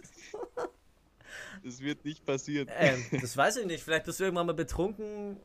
Das wird nicht passieren. ähm, das weiß ich nicht. Vielleicht bist du irgendwann mal betrunken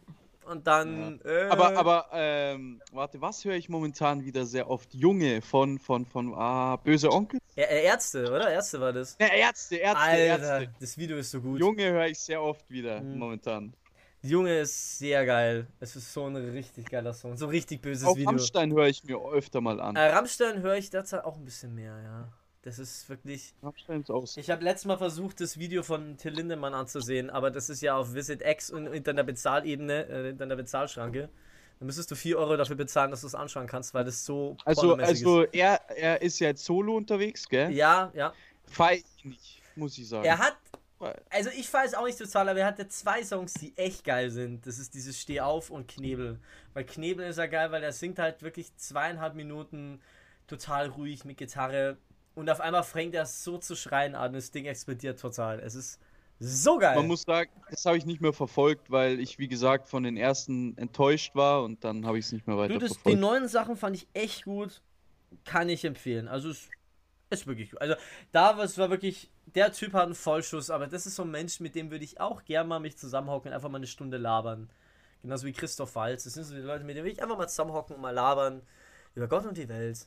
und dann. Äh, Aber, aber, ähm, warte, was höre ich momentan wieder sehr oft? Junge von, von, von, ah, Böse Onkel? Ä- äh, Ärzte, oder? Ärzte war das. Ja, Ärzte, Ärzte, Alter, Ärzte. das Video ist so gut. Junge höre ich sehr oft wieder Mhm. momentan. Junge ist sehr geil. Es ist so ein richtig geiler Song. So richtig böses Auch Video. Rammstein höre ich mir öfter mal an. Äh, Rammstein höre ich derzeit auch ein bisschen mehr, ja. Das ist wirklich. Rammstein ist auch so. Ich habe letztes Mal versucht, das Video von Till Lindemann anzusehen, aber das ist ja auf Visit X und hinter der Bezahlebene, äh, hinter der Bezahlschranke. Da müsstest du vier Euro dafür bezahlen, dass du es anschauen kannst, weil das so Also, pornomäßig also er, er ist ja jetzt solo unterwegs, gell? ist. Ja, ja. Feier ich nicht, muss ich sagen. Er hat, also ich weiß auch nicht total, aber er hatte zwei Songs, die echt geil sind. Das ist dieses Steh auf und Knebel. Weil Knebel ist ja geil, weil er singt halt wirklich zweieinhalb Minuten total ruhig mit Gitarre. Und auf einmal fängt er so zu schreien an, das Ding explodiert total. Es ist so geil. Man muss sagen, das habe ich nicht mehr verfolgt, weil ich, wie gesagt, von den ersten enttäuscht war und dann habe ich es nicht mehr weiter du, das, die verfolgt. neuen Sachen fand ich echt gut. Kann ich empfehlen. Also es ist wirklich gut. Also da war es war wirklich, der Typ hat einen Vollschuss, aber das ist so ein Mensch, mit dem würde ich auch gerne mal mich zusammenhocken und einfach mal eine Stunde labern. Genauso wie Christoph Waltz. Das sind so die Leute, mit denen will ich einfach mal zusammenhocken und mal labern über Gott und die Welt.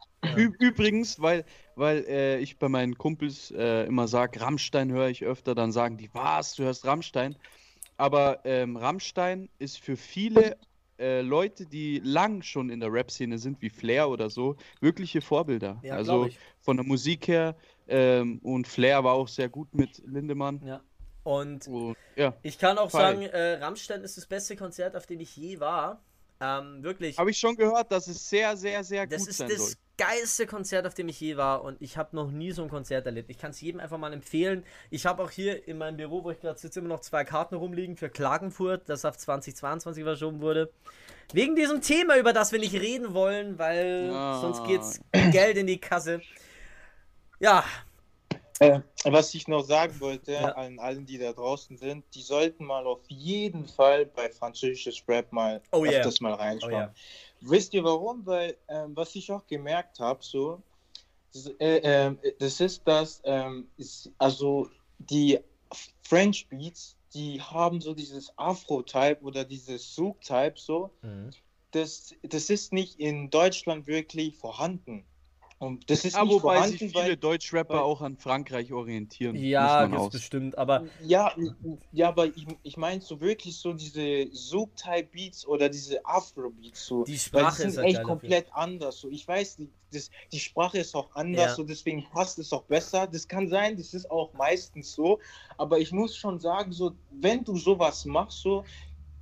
Ü Übrigens, weil, weil äh, ich bei meinen Kumpels äh, immer sage, Rammstein höre ich öfter, dann sagen die, was, du hörst Rammstein? Aber ähm, Rammstein ist für viele äh, Leute, die lang schon in der Rap-Szene sind, wie Flair oder so, wirkliche Vorbilder. Ja, also glaub ich. von der Musik her ähm, und Flair war auch sehr gut mit Lindemann. Ja. Und Und, ja, ich kann auch Fein. sagen, äh, Rammstein ist das beste Konzert, auf dem ich je war. Ähm, wirklich. habe ich schon gehört, dass es sehr, sehr, sehr Das gut ist sein das soll. geilste Konzert, auf dem ich je war und ich habe noch nie so ein Konzert erlebt. Ich kann es jedem einfach mal empfehlen. Ich habe auch hier in meinem Büro, wo ich gerade sitze, immer noch zwei Karten rumliegen für Klagenfurt, das auf zwanzig zweiundzwanzig verschoben wurde. Wegen diesem Thema, über das wir nicht reden wollen, weil Ah. sonst geht's Geld in die Kasse. Ja, Äh, was ich noch sagen wollte Ja. an allen, die da draußen sind, die sollten mal auf jeden Fall bei französisches Rap mal Oh yeah. öfters mal reinschauen. Oh yeah. Wisst ihr warum? Weil, ähm, was ich auch gemerkt habe, so, das, äh, ähm, das ist, dass, ähm, ist, also die French Beats, die haben so dieses Afro-Type oder dieses Souk-Type, so, Mhm. das, das ist nicht in Deutschland wirklich vorhanden. Und das ist Ja, nicht wobei vorhanden, sich weil viele Deutschrapper weil- auch an Frankreich orientieren. Ja, muss man gibt's aus. bestimmt, aber Ja, ja, aber ich, ich meine so wirklich so diese Souk-Type-Beats oder diese Afro-Beats so. Die Weil Sprache die sind ist halt echt geil komplett anders. So. Ich weiß, die, das, die Sprache ist auch anders, Ja. so deswegen passt es auch besser. Das kann sein, das ist auch meistens so. Aber ich muss schon sagen, so, wenn du sowas machst, so,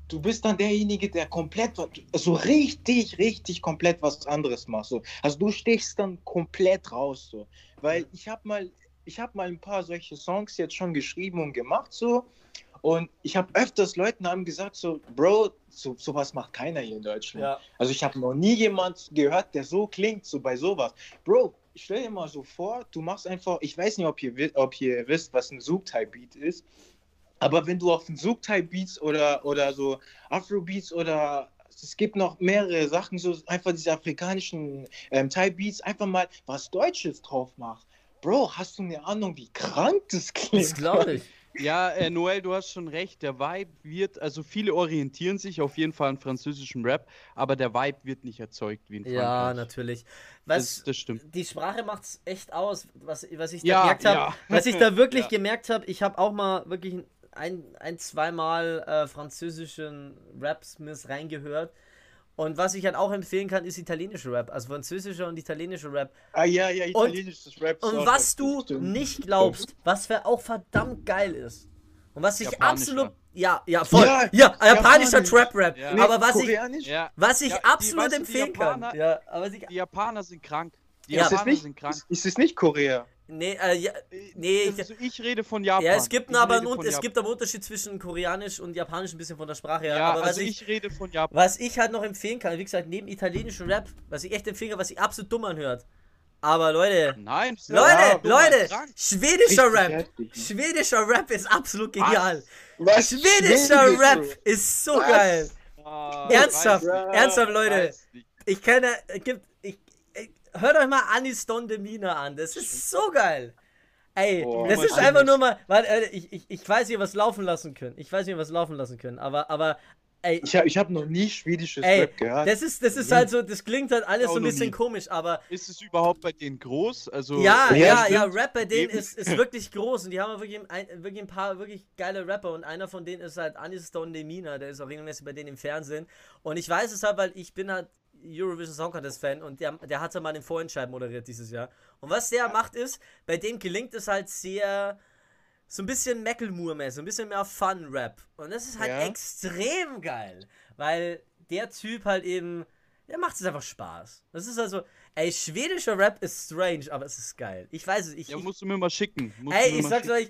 du bist dann derjenige, der komplett, so richtig, richtig komplett was anderes macht. So. Also du stehst dann komplett raus, so. Weil ich habe mal, ich habe mal ein paar solche Songs jetzt schon geschrieben und gemacht, so. Und ich habe öfters Leuten haben gesagt, so, Bro, so, sowas macht keiner hier in Deutschland. Ja. Also ich habe noch nie jemand gehört, der so klingt, so bei sowas. Bro, stell dir mal so vor, du machst einfach, ich weiß nicht, ob ihr, ob ihr wisst, was ein Zouk-Type-Beat ist, aber wenn du auf den Zouk-Type-Beats oder, oder so Afro-Beats oder es gibt noch mehrere Sachen, so einfach diese afrikanischen ähm, Type-Beats, einfach mal was Deutsches drauf machst. Bro, hast du eine Ahnung, wie krank das klingt? Das glaube ich. Ja, äh, Noel, du hast schon recht. Der Vibe wird, also viele orientieren sich auf jeden Fall an französischem Rap, aber der Vibe wird nicht erzeugt wie in Frankreich. Ja, natürlich. Was, Das, das stimmt. Die Sprache macht's echt aus, was, was ich da Ja, gemerkt habe. ja. Was ich da wirklich Ja. gemerkt habe, ich habe auch mal wirklich ein, ein zweimal äh, französischen Raps mis reingehört. Und was ich halt auch empfehlen kann, ist italienischer Rap. Also französischer und italienischer Rap. Ah ja, ja, italienisches Rap. Und was du nicht glaubst, was für auch verdammt geil ist. Und was ich Japanischer. absolut. Ja, ja, voll. Ja, Ja, japanischer Japanisch. Trap-Rap. Ja. Aber was ich, Koreanisch? Ja. was ich Ja, die- absolut weißt du, die empfehlen kann. Japaner- Ja, aber was ich, Die Japaner sind krank. Die Ja. Ist, es Japaner nicht, sind krank. ist, ist es nicht Korea? nee, äh, ja, nee, ich, Also ich rede von Japan. ja, es gibt Ich aber rede einen, von es Japan. gibt aber einen Unterschied zwischen Koreanisch und Japanisch ein bisschen von der Sprache her. Ja, aber was also ich, ich, rede von Japan. was ich halt noch empfehlen kann, wie gesagt, neben italienischem Rap, was ich echt empfehlen kann, was sich absolut dumm anhört. Aber Leute, Nein, das ist Leute, Ja, dumm, Leute, krank. schwedischer Richtig Rap, heftig. schwedischer Rap ist absolut genial. Was? Schwedischer Schwedisch, Rap ist so Was? geil. Ah, Ernsthaft, weiß nicht, ernsthaft, Leute. weiß nicht. Ich kenne, es gibt, ich, ich, hört euch mal Anis Don Demina an, das ist so geil. Ey, Boah, das Mann. ist einfach nur mal, weil, äh, ich, ich, ich weiß nicht, was laufen lassen können. Ich weiß nicht, was laufen lassen können, aber, aber, ey, Ich habe ich hab noch nie schwedisches ey, Rap gehört. das ist, das ist halt so, das klingt halt alles Auch so ein noch bisschen nie. komisch, aber Ist es überhaupt bei denen groß? Also ja, Ja, ja, stimmt. ja, Rap bei denen Eben. ist, ist wirklich groß und die haben wirklich ein, wirklich ein paar wirklich geile Rapper und einer von denen ist halt Anis Don Demina, der ist auch regelmäßig bei denen im Fernsehen und ich weiß es halt, weil ich bin halt Eurovision Song Contest Fan und der, der hatte mal den Vorentscheid moderiert dieses Jahr und was der macht ist, bei dem gelingt es halt sehr so ein bisschen Macklemore-mäßig, so ein bisschen mehr Fun-Rap und das ist halt Ja. extrem geil, weil der Typ halt eben, der macht es einfach Spaß. Das ist also, ey, schwedischer Rap ist strange, aber es ist geil. Ich weiß es, ich, ja, ich musst du mir mal schicken. Musst du ey, mir ich mal sag's schicken. euch,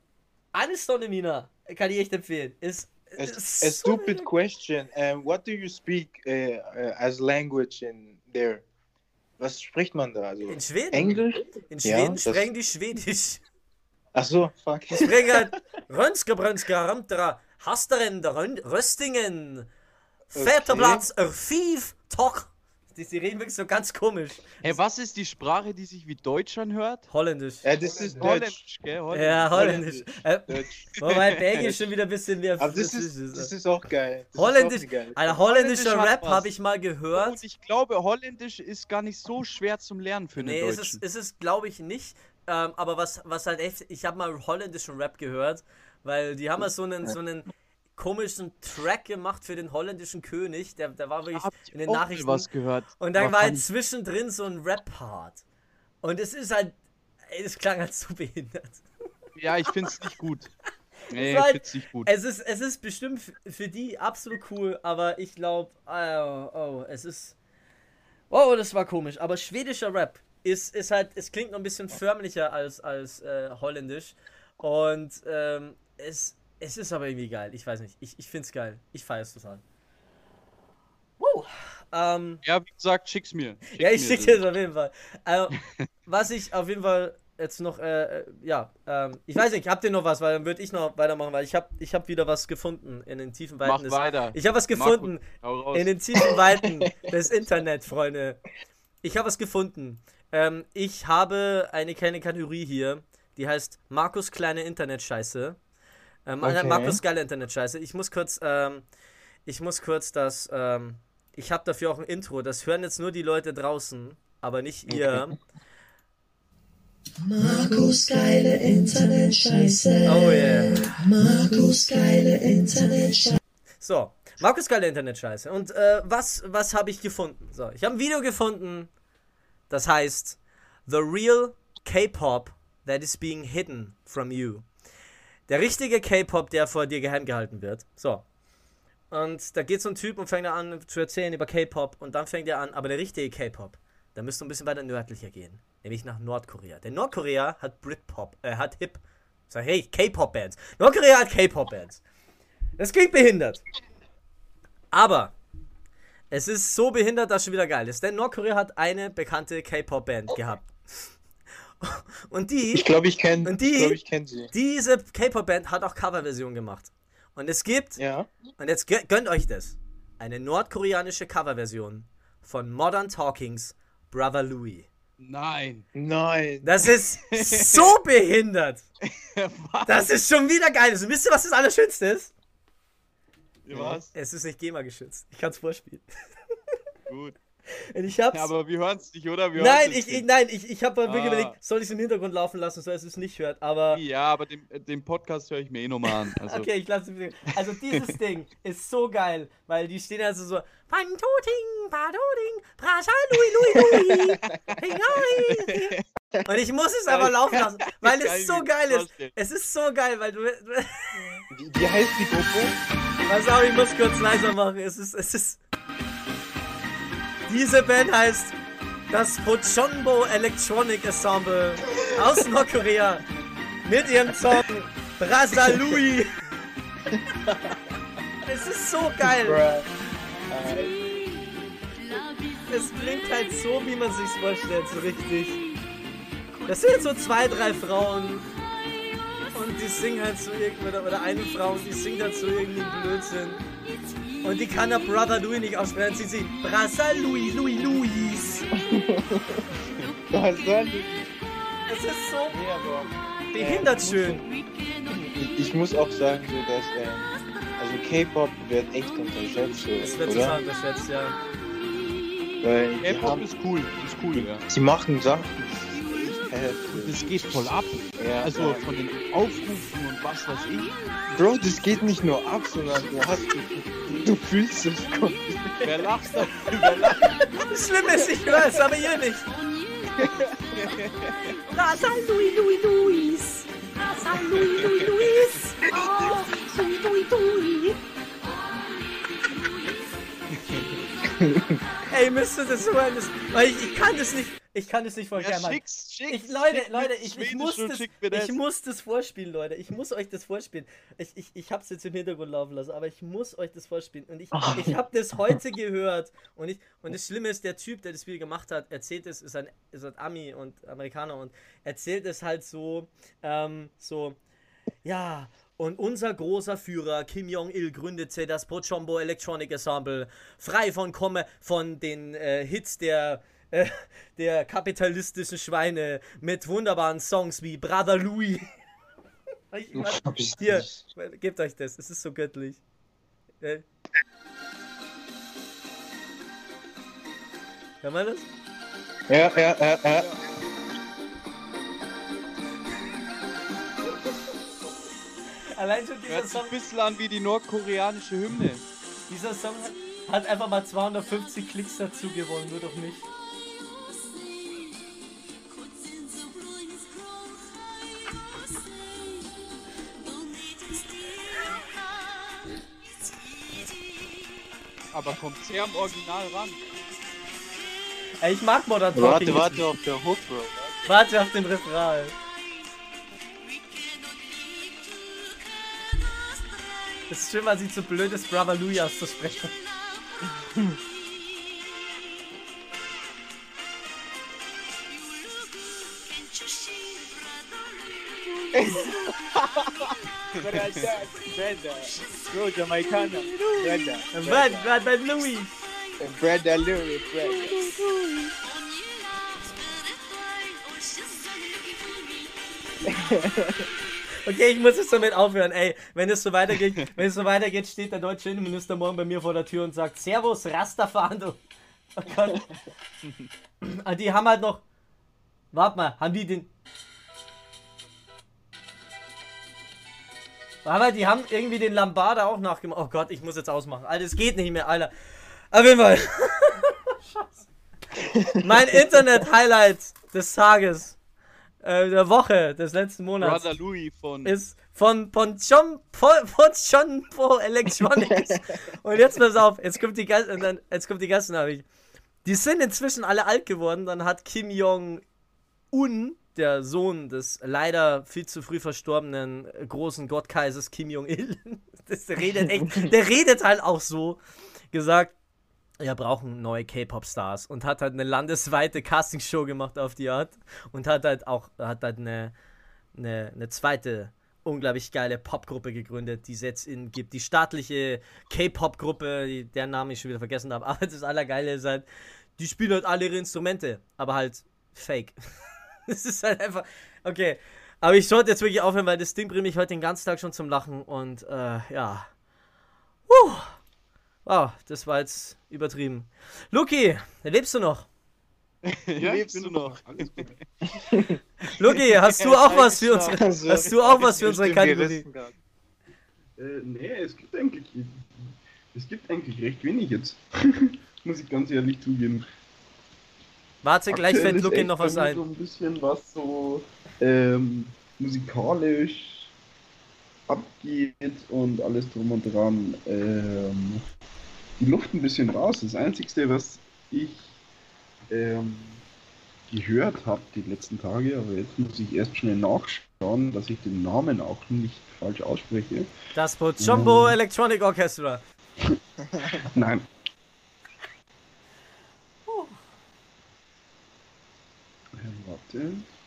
Anis Don Demina kann ich echt empfehlen. Ist, A, ist a so stupid mega- question. Um, what do you speak uh, uh, as language in there? Was spricht man da? Also In Schweden? Englisch? In Ja, Schweden das- sprechen die Schwedisch. Ach so, fuck. Die sprechen halt Rönske, Brönske, Ramtra, Hasteren, Röstingen, Väterplatz, Erfiv, Tok. Die, die reden wirklich so ganz komisch. Hey, was ist die Sprache, die sich wie Deutsch anhört? Holländisch. Ja, das ist Deutsch. Holländisch, gell? Holländisch. Ja, Holländisch. Äh, Deutsch. wobei Belgisch schon wieder ein bisschen mehr Aber das Französisch ist, das ist. ist auch geil. Das Holländisch, Ist auch eine geile Alter, Sache. holländischer Holländisch hat Rap was. habe ich mal gehört. Und ich glaube, Holländisch ist gar nicht so schwer zum Lernen für einen Nee, ist Deutschen. es, ist es glaube ich nicht. Ähm, aber was, was halt echt, ich habe mal holländischen Rap gehört, weil die haben mal so einen, so einen komischen Track gemacht für den holländischen König, der, der war wirklich Habt ihr in den auch mal Nachrichten. was gehört? Und dann Aber war kann halt ich- zwischendrin so ein Rap-Part. Und es ist halt, ey, das klang halt so behindert. Ja, ich find's nicht gut. Nee, Es war ich halt- find's nicht gut. Es ist, es ist bestimmt f- für die absolut cool, aber ich glaube, oh, oh, es ist, oh, das war komisch. Aber schwedischer Rap ist, ist halt, es klingt noch ein bisschen förmlicher als, als äh, holländisch. Und ähm, es, es ist aber irgendwie geil. Ich weiß nicht. Ich, ich find's geil. Ich feier's total. Wow. Ähm, Ja, wie gesagt, schick's mir. Schick ja, ich mir schicke das. dir das auf jeden Fall. Also, was ich auf jeden Fall jetzt noch, äh, äh, ja, ähm, ich weiß nicht, habt ihr noch was, weil dann würde ich noch weitermachen, weil ich habe ich hab wieder was gefunden in den tiefen Weiten Mach des... weiter. Ich habe was Marco, gefunden hau raus. in den tiefen Weiten des Internet, Freunde. Ich habe was gefunden. Ähm, ich habe eine kleine Kategorie hier, die heißt Markus kleine Internetscheiße. Ähm, Okay. Markus geile Internetscheiße. Ich muss kurz, ähm, ich muss kurz das, ähm, ich habe dafür auch ein Intro. Das hören jetzt nur die Leute draußen, aber nicht ihr. Markus geile Internetscheiße. Oh yeah. Markus geile Internetscheiße. So, Markus geile Internetscheiße. Und äh, was, was habe ich gefunden? So, ich habe ein Video gefunden, das heißt The Real K-Pop That is Being Hidden from You. Der richtige K-Pop, der vor dir geheim gehalten wird. So. Und da geht so ein Typ und fängt an zu erzählen über K-Pop. Und dann fängt er an, aber der richtige K-Pop, da müsst du ein bisschen weiter nördlicher gehen. Nämlich nach Nordkorea. Denn Nordkorea hat Britpop, äh, hat Hip. Sag, hey, K-Pop-Bands. Nordkorea hat K-Pop-Bands. Das klingt behindert. Aber es ist so behindert, dass schon wieder geil ist. Denn Nordkorea hat eine bekannte K-Pop-Band gehabt. Und die... Ich glaube, ich kenne Und die, ich glaub, ich kenn sie. diese K-Pop-Band hat auch Coverversionen gemacht. Und es gibt, Ja. und jetzt gö- gönnt euch das, eine nordkoreanische Coverversion von Modern Talkings Brother Louie. Nein. Nein. Das ist so behindert. Was? Das ist schon wieder geil. Und wisst ihr, was das Allerschönste ist? Was? Es ist nicht GEMA geschützt. Ich kann es vorspielen. Gut. Und ich hab's... Ja, aber wir hören es nicht, oder? Wir nein, hören's ich, nicht. ich, nein, ich, ich habe wirklich Ah. überlegt, soll ich es im Hintergrund laufen lassen, so dass es nicht hört, aber... Ja, aber den, den Podcast höre ich mir eh nochmal an. Also, Okay, ich lasse es. Also dieses Ding ist so geil, weil die stehen also so Pantoting, Padoting, Brasa, Louis, Louis, Louis. Hey, hi. Und ich muss es aber laufen lassen, weil Kann es ich so mir geil ist. vorstellen. Es ist so geil, weil du. du Wie, wie heißt die Gruppe? Pass auf, ich muss kurz leiser machen. Es ist. Es ist. Diese Band heißt das Pochonbo Electronic Ensemble aus Nordkorea mit ihrem Song Brasa Louis. Es ist so geil. Bruh. Äh, Es klingt halt so, wie man sich's vorstellt, so richtig. Das sind so zwei, drei Frauen und die singen halt so irgendwie, oder, oder eine Frau und die singt halt so irgendwie Blödsinn. Und die kann der Brother Louis nicht aussprechen, sie singt Brasa Louis, Louis, Louis. Was soll ich? Das ist so Nee, aber, behindert äh, schön. Ich, ich muss auch sagen, so dass ähm, also K-Pop wird echt unterschätzt, so, Das wird total oder? unterschätzt, ja. Weil die, K-Pop haben, ist cool. Ist cool, ja. die machen Sachen, die echt heftig. Das geht voll ab. Ja, Also ja. von den Aufrufen und was weiß ich. Bro, das geht nicht nur ab, sondern du hast, du, du fühlst es komplett. Wer lacht da? Wer lacht? Das Schlimme ist, ich höre es, aber ihr nicht. Brasa Louis, Louis, Louis. Brasa Louis, Louis, Louis. Oh, Louis, Louis, Louis. Ey, müsste das so ein... Weil ich, ich kann das nicht... Ich kann das nicht Ja, vorstellen. Mann. schick's, schick's. Ich, Leute, schick mir Leute, das ich, ich, Schwedisch muss und das, schick mir das. ich muss das vorspielen, Leute. Ich muss euch das vorspielen. Ich, ich, ich hab's jetzt im Hintergrund laufen lassen, aber ich muss euch das vorspielen. Und ich, ich hab das heute gehört. Und, ich, und das Schlimme ist, der Typ, der das Video gemacht hat, erzählt es, ist ein, ist ein Ami und Amerikaner und erzählt es halt so, ähm, so, ja... Und unser großer Führer Kim Jong-il gründete das Pochonbo Electronic Ensemble, frei von Komme von den äh, Hits der, äh, der kapitalistischen Schweine, mit wunderbaren Songs wie Brother Louis. Ich mein, Hab ich hier, nicht. gebt euch das, es ist so göttlich. Äh. Hört man das? Ja, ja, ja, ja. Allein schon dieser Hört sich Song, ein bisschen an wie die nordkoreanische Hymne. dieser Song hat, hat einfach mal zweihundertfünfzig Klicks dazu gewonnen, nur doch nicht. Aber kommt sehr am Original ran. Ey, ich mag Modern Talking. Warte, warte auf der Hook, Bro. Warte auf den Refrain. Es ist schön, weil sie zu blöd ist, Brother Louis auszusprechen. Brother. Bro, Jamaicana. Brother. Bad, bad, bad Louis. Brother Louis, brother. Okay, ich muss jetzt damit aufhören. Ey, wenn es so weitergeht, wenn es so weitergeht, steht der deutsche Innenminister morgen bei mir vor der Tür und sagt: Servus, Rastafari. Du. Oh Gott. Ah, die haben halt noch. Warte mal, haben die den. Aber die haben irgendwie den Lambada auch nachgemacht. Oh Gott, ich muss jetzt ausmachen. Alter, es geht nicht mehr, Alter. Auf jeden Fall. Scheiße. Mein Internet-Highlight des Tages, äh, der Woche, des letzten Monats, Brother Louis von ist von Ponchompo Ponchompo Electronics. Und jetzt pass auf, jetzt kommt die Gast, und dann, jetzt kommt die Gastnachricht. Die sind inzwischen alle alt geworden. Dann hat Kim Jong-un, der Sohn des leider viel zu früh verstorbenen großen Gottkaisers Kim Jong-il, das redet echt, der redet halt auch so, gesagt, wir brauchen neue K-Pop-Stars und hat halt eine landesweite Castingshow gemacht auf die Art und hat halt auch hat halt eine, eine, eine zweite unglaublich geile Popgruppe gegründet, die es jetzt in gibt, die staatliche K-Pop-Gruppe, die, deren Namen ich schon wieder vergessen habe, aber das Allergeile ist halt, die spielen halt alle ihre Instrumente, aber halt fake. Das ist halt einfach, okay, aber ich sollte jetzt wirklich aufhören, weil das Ding bringt mich heute den ganzen Tag schon zum Lachen und äh, ja, Puh. Wow, das war jetzt übertrieben. Luki, lebst du noch? Ja, lebst du noch? Alles gut. Luki, hast du auch was für unsere, Also, hast du auch was für unsere ich bin Kategorie? gerissen grad. Äh, nee, es gibt eigentlich. Es gibt eigentlich recht wenig jetzt. Muss ich ganz ehrlich zugeben. Warte, gleich Aktuell fällt ist Luki echt noch was bei mir ein. So ein bisschen was so ähm, musikalisch abgeht und alles drum und dran. Ähm, die Luft ein bisschen raus. Das Einzige, was ich ähm, gehört habe die letzten Tage, aber jetzt muss ich erst schnell nachschauen, dass ich den Namen auch nicht falsch ausspreche. Das Pochombo Ähm. Electronic Orchestra. Nein. Äh, warte.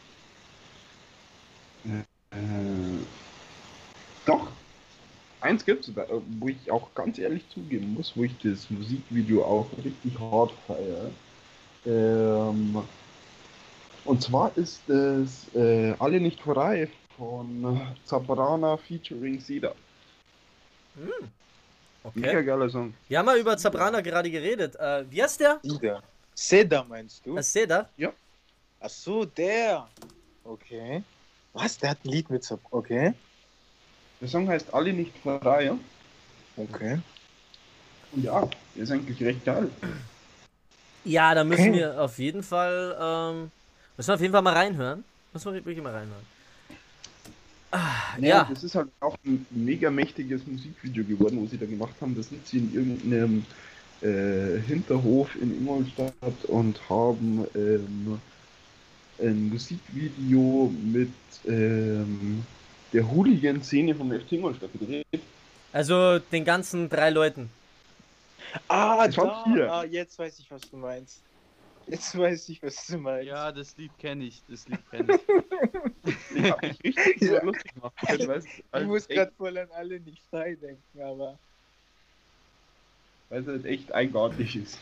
Äh, äh, doch. Eins gibt's, wo ich auch ganz ehrlich zugeben muss, wo ich das Musikvideo auch richtig hart feiere. Ähm, und zwar ist es äh, Alle nicht frei von Zabrana featuring Seda. Mega Okay. geiler Song. Wir haben mal über Zabrana gerade geredet. Äh, wie heißt der? Ida. Seda meinst du? Was ist der? Ach so, der. Okay. Was? Der hat ein Lied mit Sab. Okay. Der Song heißt Alle nicht frei, ja? Okay. Und ja, der ist eigentlich recht geil. Ja, da müssen Okay. wir auf jeden Fall, ähm, müssen wir auf jeden Fall mal reinhören. Müssen wir wirklich mal reinhören. Ah, Ja, ja. das ist halt auch ein mega mächtiges Musikvideo geworden, wo sie da gemacht haben. Da sind sie in irgendeinem äh, Hinterhof in Ingolstadt und haben ähm, ein Musikvideo mit ähm, der Hooligan-Szene vom F C Ingolstadt gedreht. Also den ganzen drei Leuten. Ah, Schon da. hier. Ah, jetzt weiß ich, was du meinst. Jetzt weiß ich, was du meinst. Ja, das Lied kenne ich, das Lied kenne ich. Ich hab mich richtig Ja. lustig gemacht. Weil es Ich halt muss echt- gerade voll an alle nicht frei denken, aber. weil es halt echt eigenartig ist.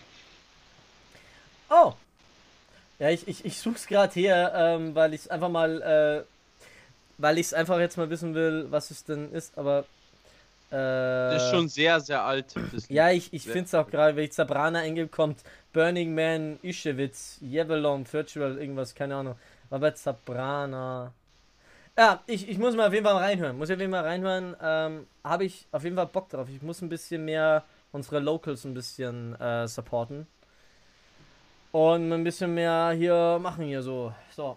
Oh. Ja, ich, ich, ich such's gerade her, ähm, weil ich einfach mal, äh, weil ich es einfach jetzt mal wissen will, was es denn ist, aber. Äh, Das ist schon sehr, sehr alt. Das Lied. Ja, ich, ich Sehr- finde es auch gerade, wenn ich Zabrana eingebe, kommt Burning Man, Ischewitz, Jevelon, Virtual, irgendwas, keine Ahnung. Aber Zabrana. Ja, ich, ich muss mal auf jeden Fall reinhören. Muss ich auf jeden Fall reinhören. Ähm, Habe ich auf jeden Fall Bock drauf. Ich muss ein bisschen mehr unsere Locals ein bisschen äh, supporten. Und ein bisschen mehr hier machen hier so. So.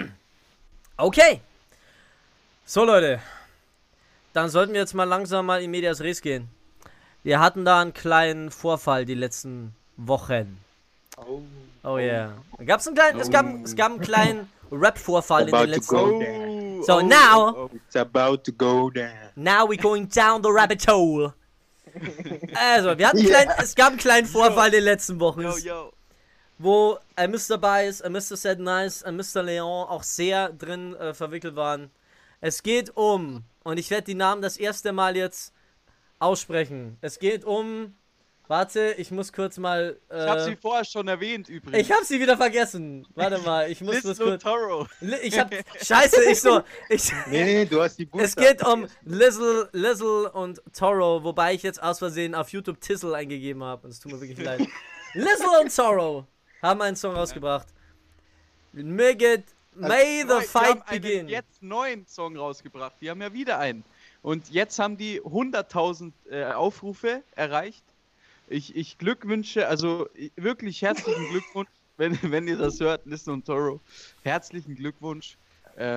Okay. So, Leute. Dann sollten wir jetzt mal langsam mal in Medias Res gehen. Wir hatten da einen kleinen Vorfall die letzten Wochen. Oh. Oh yeah. Da gab's einen kleinen, es, gab, es gab einen kleinen Rap-Vorfall in den About to letzten go Wochen. down. So now, It's about to go down. now we're going down the rabbit hole. Also, wir hatten einen Yeah. kleinen, es gab einen kleinen Vorfall in den letzten Wochen, Yo, yo. wo ein Mister Bias, ein Mister Said Nice, ein Mister Leon auch sehr drin äh, verwickelt waren. Es geht um, und ich werde die Namen das erste Mal jetzt aussprechen. Es geht um, warte, ich muss kurz mal, Ich habe äh, sie vorher schon erwähnt übrigens. ich habe sie wieder vergessen. Warte mal, ich muss das Lizzo kurz. Toro. Li- Ich hab. Scheiße, ich so. Ich, Nee, nee, du hast die Buchstaben. es geht um Lizzle, Lizzle und Toro, wobei ich jetzt aus Versehen auf YouTube Tizzle eingegeben habe. Und es tut mir wirklich leid. Lizzle und Toro haben einen Song rausgebracht. Make it, may Neu- the die fight haben einen begin. jetzt neuen Song rausgebracht. Die haben ja wieder einen. Und jetzt haben die hunderttausend äh, Aufrufe erreicht. Ich, ich glückwünsche, also ich- wirklich herzlichen Glückwunsch, wenn, wenn ihr das hört, Listen und Toro. Herzlichen Glückwunsch. Ähm,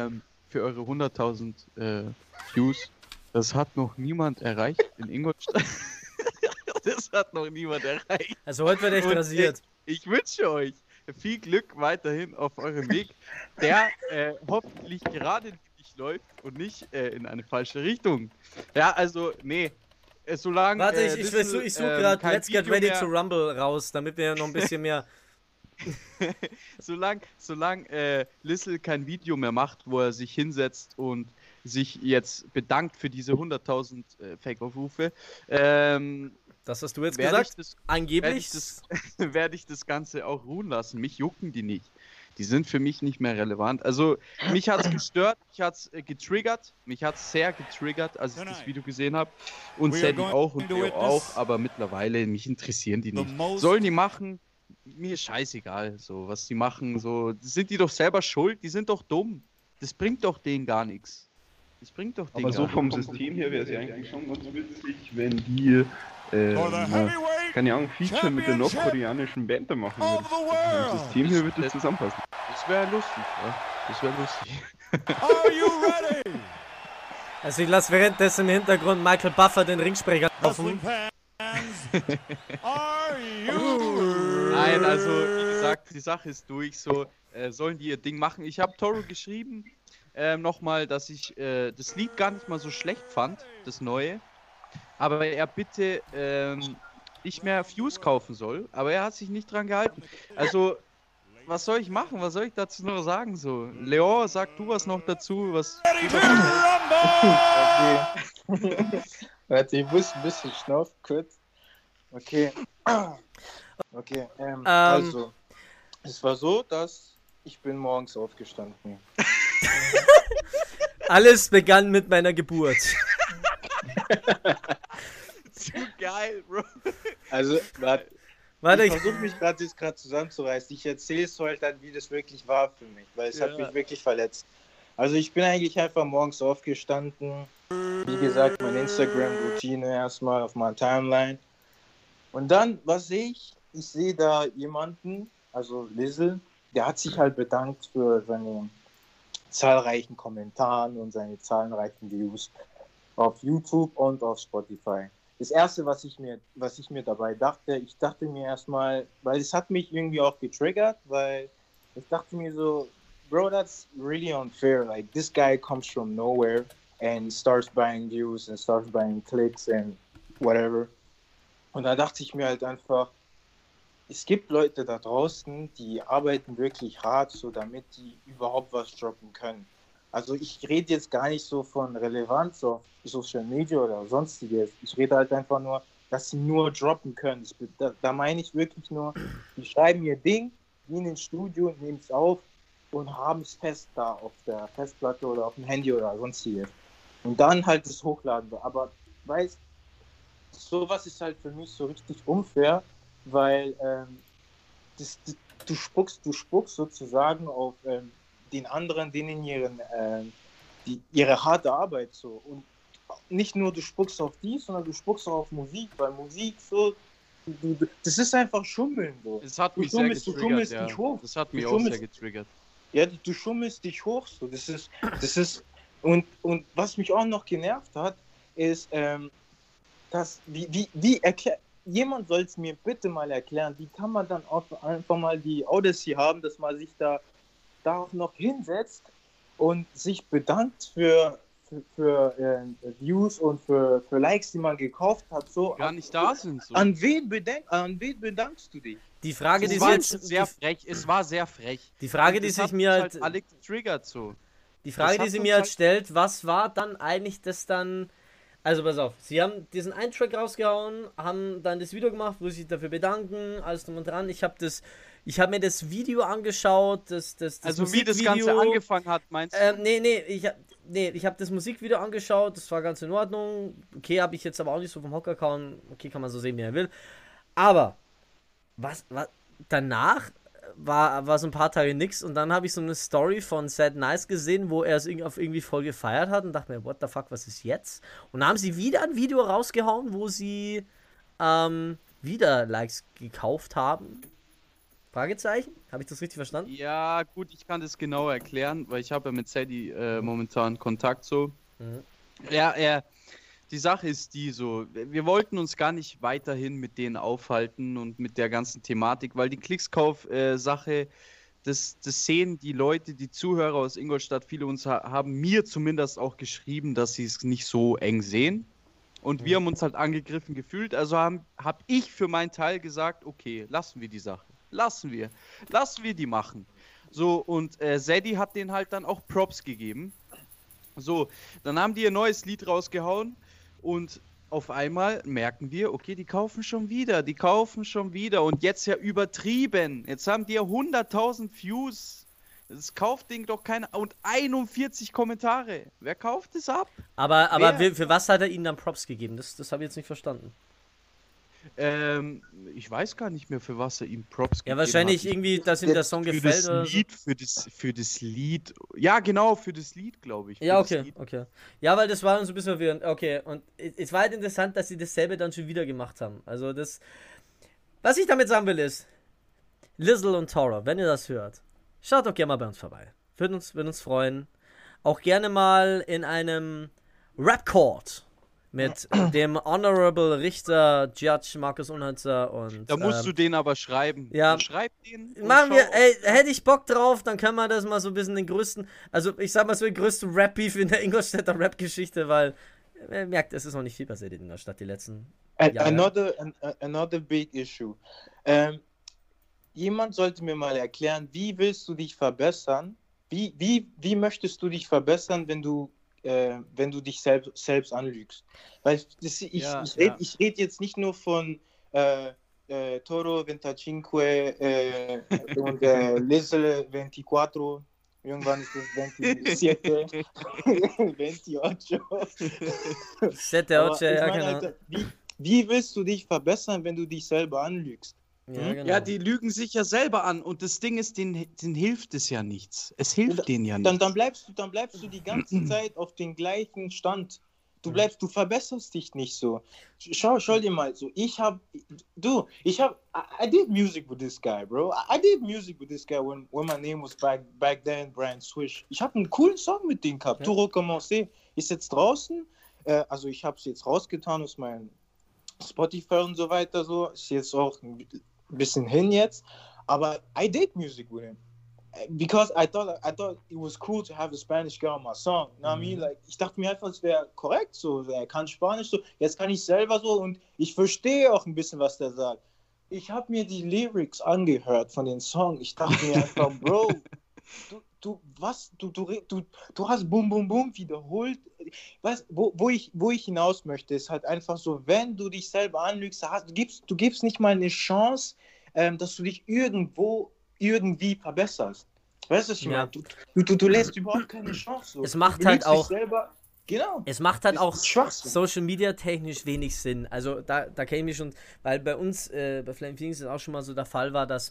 für eure hunderttausend äh, Views. Das hat noch niemand erreicht in Ingolstadt. Das hat noch niemand erreicht. Also heute wird echt Und rasiert. Ich, ich wünsche euch viel Glück weiterhin auf eurem Weg, der äh, hoffentlich gerade nicht läuft und nicht äh, in eine falsche Richtung. Ja, also, nee. Äh, solange. Warte, ich, äh, ich, Lissel, ich, ich suche ähm, gerade kein Let's Get Video Ready mehr- to Rumble raus, damit wir noch ein bisschen mehr. solange solang, äh, Lissel kein Video mehr macht, wo er sich hinsetzt und sich jetzt bedankt für diese hunderttausend äh, Fake-Aufrufe, ähm, Das hast du jetzt werde ich, gesagt. das, werd Angeblich. ich, das, werd ich das Ganze auch ruhen lassen. Mich jucken die nicht. Die sind für mich nicht mehr relevant. Also, mich hat es gestört, mich hat es äh, getriggert. Mich hat es sehr getriggert, als ich das Video gesehen habe. Und We are Sadie going auch und to Leo witness auch. Aber mittlerweile, mich interessieren die the nicht. most- Sollen die machen? Mir ist scheißegal, so, was die machen. So, sind die doch selber schuld? Die sind doch dumm. Das bringt doch denen gar nichts. Das bringt doch denen Aber so gar vom nichts. System her wäre es ja eigentlich schon ganz witzig, wenn die, äh, For the na, heavyweight keine Ahnung, Feature mit der Championship nordkoreanischen Band da machen of würden. the Vom world. System her wird das zusammenpassen. Das wäre lustig, ja. Das wäre lustig. Are you ready? Also ich lasse währenddessen im Hintergrund Michael Buffer den Ringsprecher Wrestling laufen. fans, are you Nein, also wie gesagt, die Sache ist durch. So äh, sollen die ihr Ding machen. Ich habe Toro geschrieben ähm, nochmal, dass ich äh, das Lied gar nicht mal so schlecht fand, das neue. Aber er bitte ähm, nicht mehr Views kaufen soll. Aber er hat sich nicht dran gehalten. Also was soll ich machen? Was soll ich dazu noch sagen? So, Leon, sag du was noch dazu? Was? ready to rumble? Okay. Warte, ich muss ein bisschen schnaufen, kurz. Okay. Okay, ähm, also, es war so, dass ich bin morgens aufgestanden. Alles begann mit meiner Geburt. Zu geil, Bro. Also, warte, Warte, ich ich, versuche mich gerade jetzt gerade zusammenzureißen. Ich erzähle es euch dann, wie das wirklich war für mich, weil es Ja. hat mich wirklich verletzt. Also ich bin eigentlich einfach morgens aufgestanden. Wie gesagt, meine Instagram-Routine erstmal auf meiner Timeline. Und dann, was sehe ich? Ich sehe da jemanden, also Lizzle, der hat sich halt bedankt für seine zahlreichen Kommentare und seine zahlreichen Views auf YouTube und auf Spotify. Das erste, was ich mir, was ich mir dabei dachte, ich dachte mir erstmal, weil es hat mich irgendwie auch getriggert, weil ich dachte mir so, bro, that's really unfair. Like, this guy comes from nowhere and starts buying views and starts buying clicks and whatever. Und da dachte ich mir halt einfach, es gibt Leute da draußen, die arbeiten wirklich hart, so damit die überhaupt was droppen können. Also ich rede jetzt gar nicht so von Relevanz auf Social Media oder sonstiges. Ich rede halt einfach nur, dass sie nur droppen können. Ich, da, da meine ich wirklich nur, die schreiben ihr Ding, gehen ins Studio, nehmen es auf und haben es fest da auf der Festplatte oder auf dem Handy oder sonstiges. Und dann halt das Hochladen. Aber weißt, sowas ist halt für mich so richtig unfair, weil ähm, das, das, du spuckst, du spuckst sozusagen auf ähm, den anderen, denen ihren, ähm, die, ihre harte Arbeit so. Und nicht nur du spuckst auf die, sondern du spuckst auch auf Musik, weil Musik so, du, du, das ist einfach Schummeln so. Das hat Du mich sehr schummelst- du getriggert, schummelst ja. dich hoch. Das hat mich Du auch sehr schummelst- getriggert. Ja, du, du schummelst dich hoch so. Das ist, das ist, und, und was mich auch noch genervt hat, ist, ähm, dass, wie, wie, wie erklärt, jemand soll es mir bitte mal erklären, wie kann man dann auch einfach mal die Odyssey haben, dass man sich da darauf noch hinsetzt und sich bedankt für, für, für äh, Views und für, für Likes, die man gekauft hat. So, Gar nicht da sind. So. An wen, bedenk, an wen bedankst du dich? die Frage, die es, sie war jetzt, sehr die, frech. Es war sehr frech. die Frage, Und die das sich hat mir mich halt, alle getriggert so. die Frage, das die hat sie uns mir halt halt- stellt, was war dann eigentlich das dann? Also pass auf, sie haben diesen einen Track rausgehauen, haben dann das Video gemacht, wo sie sich dafür bedanken, alles drum und dran. Ich habe das, ich habe mir das Video angeschaut, das, das, das Also wie das Ganze Musikvideo. angefangen hat, meinst du? Ähm, nee, nee, ich, hab- nee, ich habe das Musikvideo angeschaut, das war ganz in Ordnung. Okay, habe ich jetzt aber auch nicht so vom Hocker kauen. Okay, kann man so sehen, wie er will. Aber, was, was, danach war, war so ein paar Tage nix und dann habe ich so eine Story von Sad Nice gesehen, wo er es irg- auf irgendwie voll gefeiert hat und dachte mir, what the fuck, was ist jetzt? Und dann haben sie wieder ein Video rausgehauen, wo sie ähm, wieder Likes gekauft haben. Fragezeichen? Habe ich das richtig verstanden? Ja, gut, ich kann das genau erklären, weil ich habe ja mit Sadie äh, momentan Kontakt so. Mhm. Ja, er, die Sache ist die so, wir wollten uns gar nicht weiterhin mit denen aufhalten und mit der ganzen Thematik, weil die Klickskauf-Sache, das, das sehen die Leute, die Zuhörer aus Ingolstadt, viele uns ha haben mir zumindest auch geschrieben, dass sie es nicht so eng sehen. Und wir haben uns halt angegriffen gefühlt, also habe hab ich für meinen Teil gesagt, okay, lassen wir die Sache. Lassen wir. Lassen wir die machen. So, und äh, Sadie hat denen halt dann auch Props gegeben. So, dann haben die ihr neues Lied rausgehauen und auf einmal merken wir, okay, die kaufen schon wieder, die kaufen schon wieder und jetzt ja übertrieben. Jetzt haben die ja hunderttausend Views. Das kauft Ding doch keiner. Und einundvierzig Kommentare. Wer kauft es ab? Aber, aber Wer? für, für was hat er ihnen dann Props gegeben? Das, das habe ich jetzt nicht verstanden. Ähm, ich weiß gar nicht mehr, für was er ihm Props gegeben Ja, wahrscheinlich hat. irgendwie, dass ihm der Song Für gefällt das oder so. Lied, für das, für das Lied. Ja, genau, für das Lied, glaube ich. Für Ja, das okay, Lied. okay. Ja, weil das war uns ein bisschen verwirrend. Okay, und es war halt interessant, dass sie dasselbe dann schon wieder gemacht haben. Also das, was ich damit sagen will ist, Lizzle und Toro, wenn ihr das hört, schaut doch gerne mal bei uns vorbei. Würde uns, würde uns freuen. Auch gerne mal in einem Rap-Court mit dem Honorable Richter Judge Markus Unholzer und Da musst ähm, du den aber schreiben. ja. Schreib den. und machen schau, wir, ob- ey, hätte ich Bock drauf, dann können wir das mal so ein bisschen den größten, also ich sag mal so den größten Rap-Beef in der Ingolstädter Rap-Geschichte, weil, ihr merkt, es ist noch nicht viel passiert in Ingolstadt die letzten An- Jahre. Another, an, another big issue. Ähm, jemand sollte mir mal erklären, wie willst du dich verbessern? Wie, wie, wie möchtest du dich verbessern, wenn du, äh, wenn du dich selbst, selbst anlügst? Weil das, ich, Ja, ich rede ja. ich red jetzt nicht nur von äh, äh, Toro veinticinque äh, und äh, Lizzle veintiquattro. Irgendwann ist es veintisiete, veintiocho. Sette Aber Oche, ich ja, meine, genau. Alter, wie, wie willst du dich verbessern, wenn du dich selber anlügst? Ja, Hm? genau. Ja, die lügen sich ja selber an und das Ding ist, denen, denen hilft es ja nichts. Es hilft Und denen ja Dann, nichts. dann, bleibst du, dann bleibst du die ganze Zeit auf dem gleichen Stand. Du bleibst, du verbesserst dich nicht so. Schau, schau dir mal so. Ich hab, du, ich hab, I, I did music with this guy, bro. I, I did music with this guy when, when my name was back, back then, Brian Swish. Ich habe einen coolen Song mit dem gehabt. Ja. Toro Commencé ist jetzt draußen. Äh, also ich habe es jetzt rausgetan aus meinem Spotify und so weiter. So ist jetzt auch ein bisschen hin jetzt. Aber I did music with him. Because I thought I thought it was cool to have a Spanish girl on my song. You know what I mean? Like, ich dachte mir einfach, es wäre korrekt so. Er kann Spanisch so. Jetzt kann ich selber so und ich verstehe auch ein bisschen, was der sagt. Ich habe mir die Lyrics angehört von den Song. Ich dachte mir einfach, Bro, du, du, was? Du, du, du, du hast Bum Bum Bum wiederholt. Was, wo, wo, ich, wo ich hinaus möchte, ist halt einfach so, wenn du dich selber anlügst, hast, du, gibst, du gibst nicht mal eine Chance, ähm, dass du dich irgendwo irgendwie verbesserst. Weißt du, was ich Ja. meine? Du, du, du, du lässt überhaupt keine Chance. So. Es macht Du halt lügst dich auch- Selber, genau. Es macht halt Das auch ist Schwachsinn. Social Media technisch wenig Sinn. Also da, da kenne ich mich schon, weil bei uns, äh, bei Flame Phoenix auch schon mal so der Fall war, dass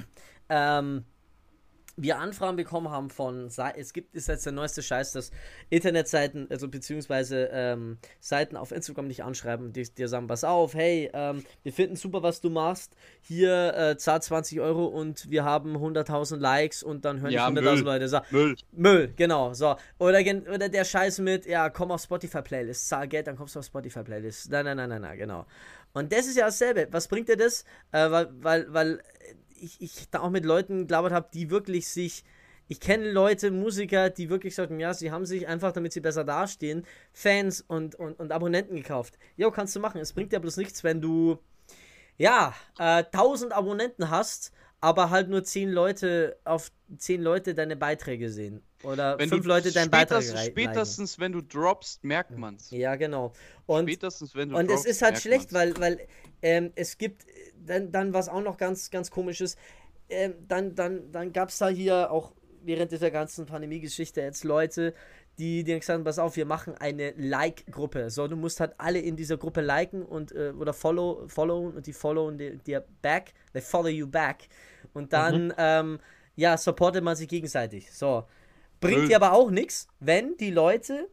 ähm, wir Anfragen bekommen haben von, Sei- es gibt, ist jetzt der neueste Scheiß, dass Internetseiten, also beziehungsweise ähm, Seiten auf Instagram dich anschreiben, die dir sagen, pass auf, hey, ähm, wir finden super, was du machst, hier äh, zahl zwanzig Euro und wir haben hunderttausend Likes und dann hören Ja, dich hunderttausend Müll. Leute. So, Müll. Müll, genau, so. Oder, gen- oder der Scheiß mit, ja, komm auf Spotify-Playlist, zahl Geld, dann kommst du auf Spotify-Playlist. Nein, nein, nein, nein, nein, genau. Und das ist ja dasselbe. Was bringt dir das? Äh, weil, weil, weil ich, ich da auch mit Leuten gelabert habe, die wirklich sich, ich kenne Leute, Musiker, die wirklich sagten, ja, sie haben sich einfach, damit sie besser dastehen, Fans und, und, und Abonnenten gekauft. Jo, kannst du machen. Es bringt dir bloß nichts, wenn du, ja, äh, tausend Abonnenten hast, aber halt nur zehn Leute auf zehn Leute deine Beiträge sehen. Oder Wenn fünf du Leute deinen Beitrag spätestens, rei- spätestens wenn du droppst, merkt man's. liken. Ja, genau. Und, Spätestens wenn du und es droppst, ist halt merkt schlecht, man's. weil, weil ähm, es gibt dann, dann was auch noch ganz, ganz komisch ist, ähm, dann, dann, dann gab es da hier auch während dieser ganzen Pandemie-Geschichte jetzt Leute, die dir gesagt haben, pass auf, wir machen eine Like-Gruppe. So, du musst halt alle in dieser Gruppe liken und äh, oder follow, followen und die followen dir, dir back, they follow you back. Und dann, ähm, ja, supportet man sich gegenseitig. So. Bringt Müll. dir aber auch nichts, wenn die Leute,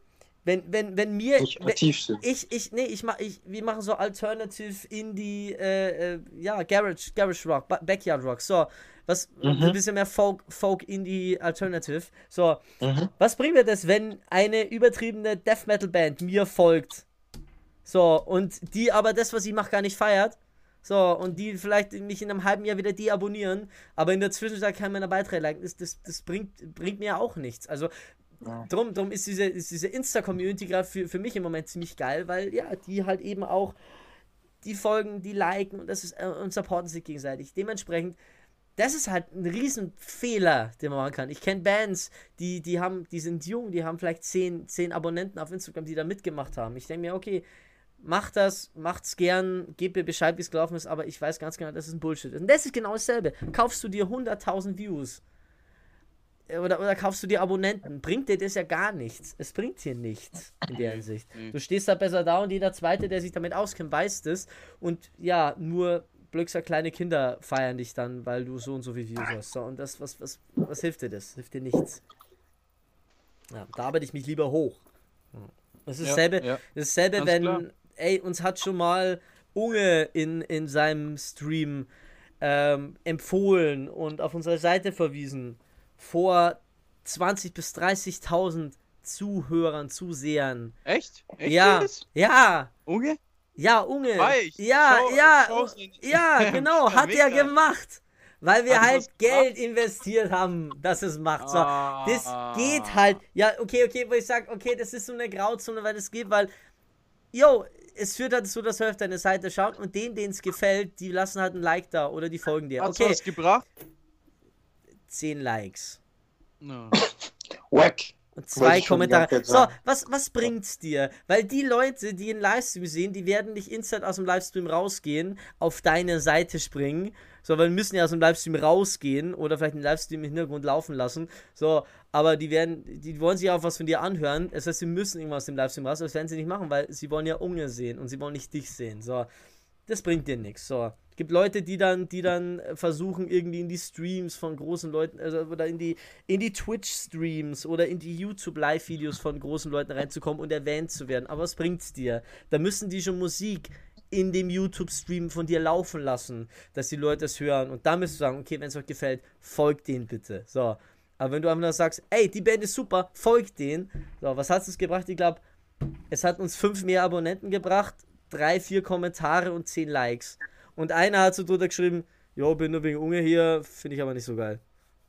Wenn, wenn, wenn mir. Nicht wenn, aktiv sind. ich, ich, nee, ich mach, ich, wir machen so Alternative Indie, äh, äh, ja, Garage, Garage Rock, Ba- Backyard Rock, so, was, Mhm. ein bisschen mehr Folk, Folk Indie Alternative, so, Mhm. was bringt mir das, wenn eine übertriebene Death Metal Band mir folgt, so, und die aber das, was ich mache, gar nicht feiert, so, und die vielleicht mich in einem halben Jahr wieder deabonnieren, aber in der Zwischenzeit keinen meiner Beiträge liken, das, das, das bringt, bringt mir auch nichts, also, Ja. Drum, drum ist diese, ist diese Insta-Community gerade für, für mich im Moment ziemlich geil, weil ja, die halt eben auch die folgen, die liken und das ist äh, und supporten sich gegenseitig. Dementsprechend, das ist halt ein riesen Fehler, den man machen kann. Ich kenne Bands, die, die haben, die sind jung, die haben vielleicht zehn, zehn Abonnenten auf Instagram, die da mitgemacht haben. Ich denke mir, okay, macht das, macht's gern, gebt mir Bescheid, wie es gelaufen ist, aber ich weiß ganz genau, das ist ein Bullshit. Und das ist genau dasselbe. Kaufst du dir hunderttausend Views, Oder, oder kaufst du dir Abonnenten? Bringt dir das ja gar nichts. Es bringt dir nichts in der Hinsicht. Nee. Du stehst da besser da und jeder Zweite, der sich damit auskennt, weiß das. Und ja, nur blödser kleine Kinder feiern dich dann, weil du so und so viel Views hast. So, und das, was, was, was hilft dir das? Hilft dir nichts. Ja, da arbeite ich mich lieber hoch. Das ist Ja, dasselbe, ja. das ist dasselbe Ganz wenn, klar. ey, uns hat schon mal Unge in, in seinem Stream ähm, empfohlen und auf unsere Seite verwiesen. Vor zwanzigtausend bis dreißigtausend Zuhörern, Zusehern. Echt? Echt ja, jetzt? ja, Unge? ja, Unge. Weiß. Ja, Schau- ja, schau sie- ja, genau, hat er Mega. gemacht. Weil wir Hat halt was Geld investiert haben, dass es macht. So, Ah. das geht halt. Ja, okay, okay, wo ich sage, okay, das ist so eine Grauzone, weil das geht, weil, yo, es führt halt dazu, dass du auf deine Seite schaut und denen, denen es gefällt, die lassen halt ein Like da oder die folgen dir. Hat's Okay, was gebracht? zehn Likes. No. Wack. Und Wollte zwei ich schon die Kommentare. ganze So, Zeit sagen. was, was bringt's dir? Weil die Leute, die einen Livestream sehen, die werden nicht instant aus dem Livestream rausgehen, auf deine Seite springen. So, weil wir müssen ja aus dem Livestream rausgehen oder vielleicht den Livestream im Hintergrund laufen lassen. So, aber die werden, die wollen sich auch was von dir anhören. Das heißt, sie müssen irgendwas aus dem Livestream raus, aber das werden sie nicht machen, weil sie wollen ja Unge sehen und sie wollen nicht dich sehen. So, das bringt dir nichts. So. Es gibt Leute, die dann, die dann versuchen, irgendwie in die Streams von großen Leuten, also, oder in die, in die Twitch-Streams oder in die YouTube-Live-Videos von großen Leuten reinzukommen und erwähnt zu werden. Aber was bringt's dir? Da müssen die schon Musik in dem YouTube-Stream von dir laufen lassen, dass die Leute es hören. Und da müsst du sagen, okay, wenn es euch gefällt, folgt denen bitte. So. Aber wenn du einfach nur sagst, ey, die Band ist super, folgt denen. So, was hat es gebracht? Ich glaube, es hat uns fünf mehr Abonnenten gebracht, drei, vier Kommentare und zehn Likes. Und einer hat so drunter geschrieben, jo, bin nur wegen Unge hier, finde ich aber nicht so geil.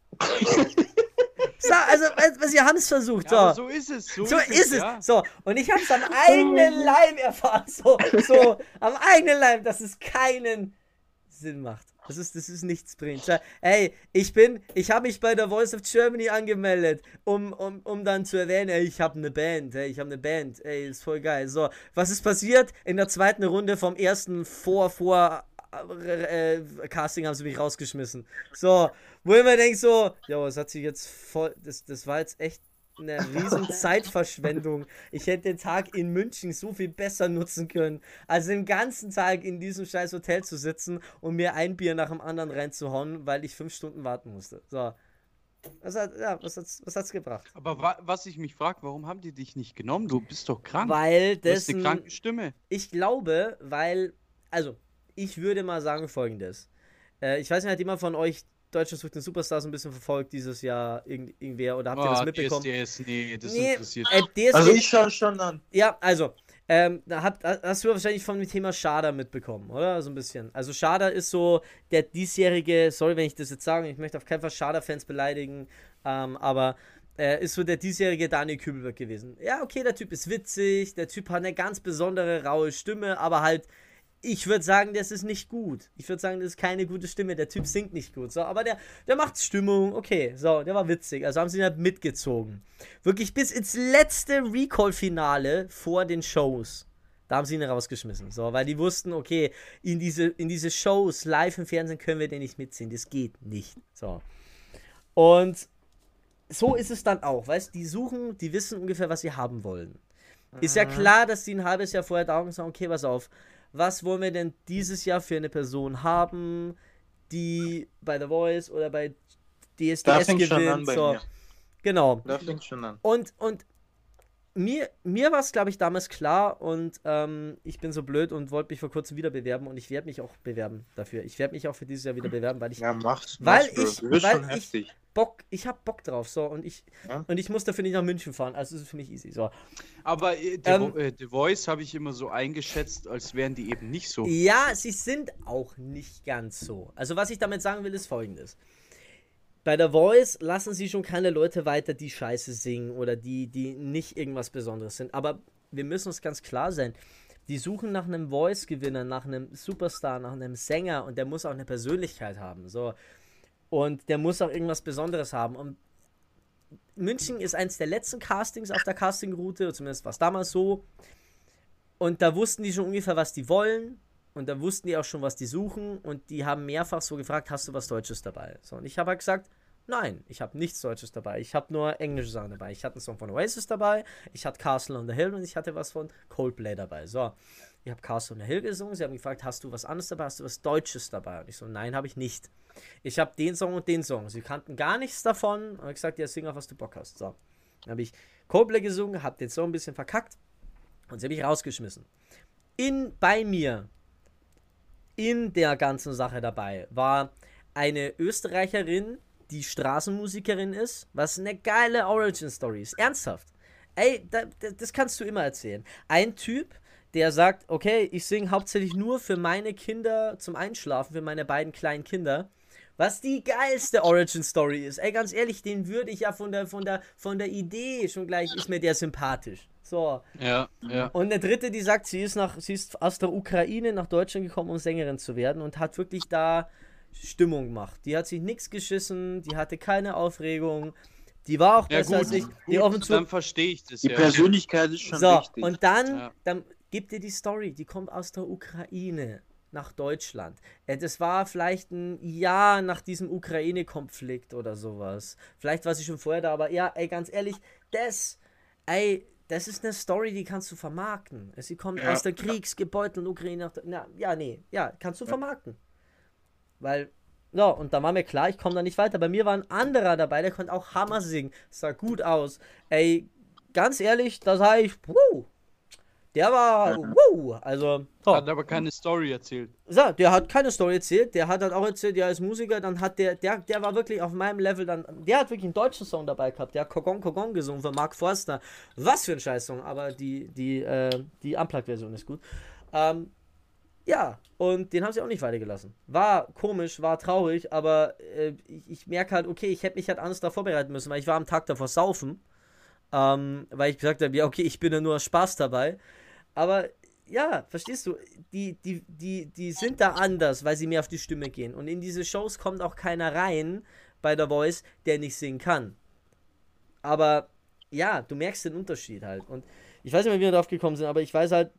So, also, was wir haben es versucht, so. Ja, aber so ist es. So, So ist, ist es. Ja. So, und ich habe es am eigenen Leib erfahren. So, so, am eigenen Leib, dass es keinen Sinn macht. Das ist, das ist nichts bringt. So, ey, ich bin, ich habe mich bei der Voice of Germany angemeldet, um, um, um dann zu erwähnen, ey, ich habe eine Band, ey, ich habe eine Band, ey, ist voll geil. So, was ist passiert? In der zweiten Runde vom ersten vor, vor, äh, Casting haben sie mich rausgeschmissen. So, wo ich mir denke so, ja, das hat sich jetzt voll, das, das war jetzt echt eine riesen Zeitverschwendung. Ich hätte den Tag in München so viel besser nutzen können, als den ganzen Tag in diesem scheiß Hotel zu sitzen und mir ein Bier nach dem anderen reinzuhauen, weil ich fünf Stunden warten musste. So. Was hat, ja, was hat's, was hat's gebracht? Aber wa was ich mich frage, warum haben die dich nicht genommen? Du bist doch krank. Weil du hast das. eine kranke Stimme. Ich glaube, weil, also, ich würde mal sagen folgendes. Äh, ich weiß nicht, hat jemand von euch Deutschland sucht den Superstar so ein bisschen verfolgt dieses Jahr, irgend, irgendwer, oder habt ihr das mitbekommen? D S D S, nee, das Nee, interessiert äh, D S D S, Also ich schaue schon an. ja, also, ähm, da habt, hast du wahrscheinlich von dem Thema Schader mitbekommen, oder? So ein bisschen. Also Schader ist so der diesjährige, sorry, wenn ich das jetzt sage, ich möchte auf keinen Fall Schader-Fans beleidigen, ähm, aber äh, ist so der diesjährige Daniel Kübelberg gewesen. Ja, okay, der Typ ist witzig, der Typ hat eine ganz besondere, raue Stimme, aber halt, ich würde sagen, das ist nicht gut. Ich würde sagen, das ist keine gute Stimme. Der Typ singt nicht gut. So, aber der, der macht Stimmung. Okay, so, der war witzig. Also haben sie ihn halt mitgezogen. Wirklich bis ins letzte Recall-Finale vor den Shows. Da haben sie ihn rausgeschmissen. So, weil die wussten, okay, in diese, in diese Shows live im Fernsehen können wir den nicht mitziehen. Das geht nicht. So. Und so ist es dann auch, weißt du? Die suchen, die wissen ungefähr, was sie haben wollen. Ist ja klar, dass die ein halbes Jahr vorher da und sagen, okay, pass auf, was wollen wir denn dieses Jahr für eine Person haben, die bei The Voice oder bei D S D Da S fängt schon an gewinnt. bei So. mir. Genau. Da fängt schon an. Und, und mir, mir war es, glaube ich, damals klar und ähm, ich bin so blöd und wollte mich vor kurzem wieder bewerben und ich werde mich auch bewerben dafür. Ich werde mich auch für dieses Jahr wieder bewerben, weil ich, Ja, mach's. weil mach's, Bro. ich, Du bist weil schon ich heftig. Bock, ich habe Bock drauf, so und ich Ja? und ich muss dafür nicht nach München fahren, also ist es für mich easy, so. Aber äh, The, Ähm, Vo- äh, The Voice habe ich immer so eingeschätzt, als wären die eben nicht so. Ja, sie sind auch nicht ganz so. Also was ich damit sagen will, ist Folgendes. Bei der Voice lassen sie schon keine Leute weiter, die Scheiße singen oder die, die nicht irgendwas Besonderes sind. Aber wir müssen uns ganz klar sein. Die suchen nach einem Voice-Gewinner, nach einem Superstar, nach einem Sänger und der muss auch eine Persönlichkeit haben. So. Und der muss auch irgendwas Besonderes haben. Und München ist eins der letzten Castings auf der Castingroute, zumindest war es damals so. Und da wussten die schon ungefähr, was die wollen. Und da wussten die auch schon, was die suchen. Und die haben mehrfach so gefragt, hast du was Deutsches dabei? So, und ich habe halt gesagt, nein, ich habe nichts Deutsches dabei. Ich habe nur englische Sachen dabei. Ich hatte einen Song von Oasis dabei. Ich hatte Castle on the Hill und ich hatte was von Coldplay dabei. So, ich habe Castle on the Hill gesungen. Sie haben gefragt, hast du was anderes dabei? Hast du was Deutsches dabei? Und ich so, nein, habe ich nicht. Ich habe den Song und den Song. Sie kannten gar nichts davon. Und ich gesagt, ja, sing auf, was du Bock hast. So, dann habe ich Coldplay gesungen, habe den Song ein bisschen verkackt und sie habe ich rausgeschmissen. In, bei mir in der ganzen Sache dabei war eine Österreicherin, die Straßenmusikerin ist, was eine geile Origin-Story ist. Ernsthaft. Ey, da, da, das kannst du immer erzählen. Ein Typ, der sagt, okay, ich singe hauptsächlich nur für meine Kinder zum Einschlafen, für meine beiden kleinen Kinder. Was die geilste Origin-Story ist. Ey, ganz ehrlich, den würde ich ja von der, von der, von der Idee schon gleich, ist mir der sympathisch. So. Ja, ja. Und eine dritte, die sagt, sie ist, nach, sie ist aus der Ukraine nach Deutschland gekommen, um Sängerin zu werden und hat wirklich da Stimmung gemacht. Die hat sich nichts geschissen, die hatte keine Aufregung, die war auch Ja, besser als ich. Die gut, offen zu. dann verstehe ich das, Die ja. Persönlichkeit ist schon So, wichtig. und dann, Ja. dann gibt dir die Story, die kommt aus der Ukraine nach Deutschland. Äh, Das war vielleicht ein Jahr nach diesem Ukraine-Konflikt oder sowas. Vielleicht war sie schon vorher da, aber ja, ey, ganz ehrlich, das, ey, das ist eine Story, die kannst du vermarkten. Sie kommt Ja. aus der kriegsgebeutelten Ukraine nach, na, ja, nee, ja, kannst du vermarkten. Weil, ja, und da war mir klar, ich komme da nicht weiter. Bei mir war ein anderer dabei, der konnte auch Hammer singen. Sah gut aus. Ey, ganz ehrlich, da sage ich, wuh, der war, wuh, also, so. Hat aber keine Story erzählt. So, der hat keine Story erzählt, der hat halt auch erzählt, der ist Musiker, dann hat der, der, der war wirklich auf meinem Level, dann, der hat wirklich einen deutschen Song dabei gehabt, der hat Kogon Kogon gesungen von Mark Forster. Was für ein Scheißsong, aber die, die, äh, die Unplugged-Version ist gut. Ähm, ja, und den haben sie auch nicht weitergelassen. War komisch, war traurig, aber äh, ich, ich merke halt, okay, ich hätte mich halt anders darauf vorbereiten müssen, weil ich war am Tag davor saufen, ähm, weil ich gesagt habe, ja, okay, ich bin ja nur aus Spaß dabei. Aber ja, verstehst du, die, die, die, die sind da anders, weil sie mehr auf die Stimme gehen. Und in diese Shows kommt auch keiner rein bei der Voice, der nicht singen kann. Aber ja, du merkst den Unterschied halt. Und ich weiß nicht mehr, wie wir darauf gekommen sind, aber ich weiß halt,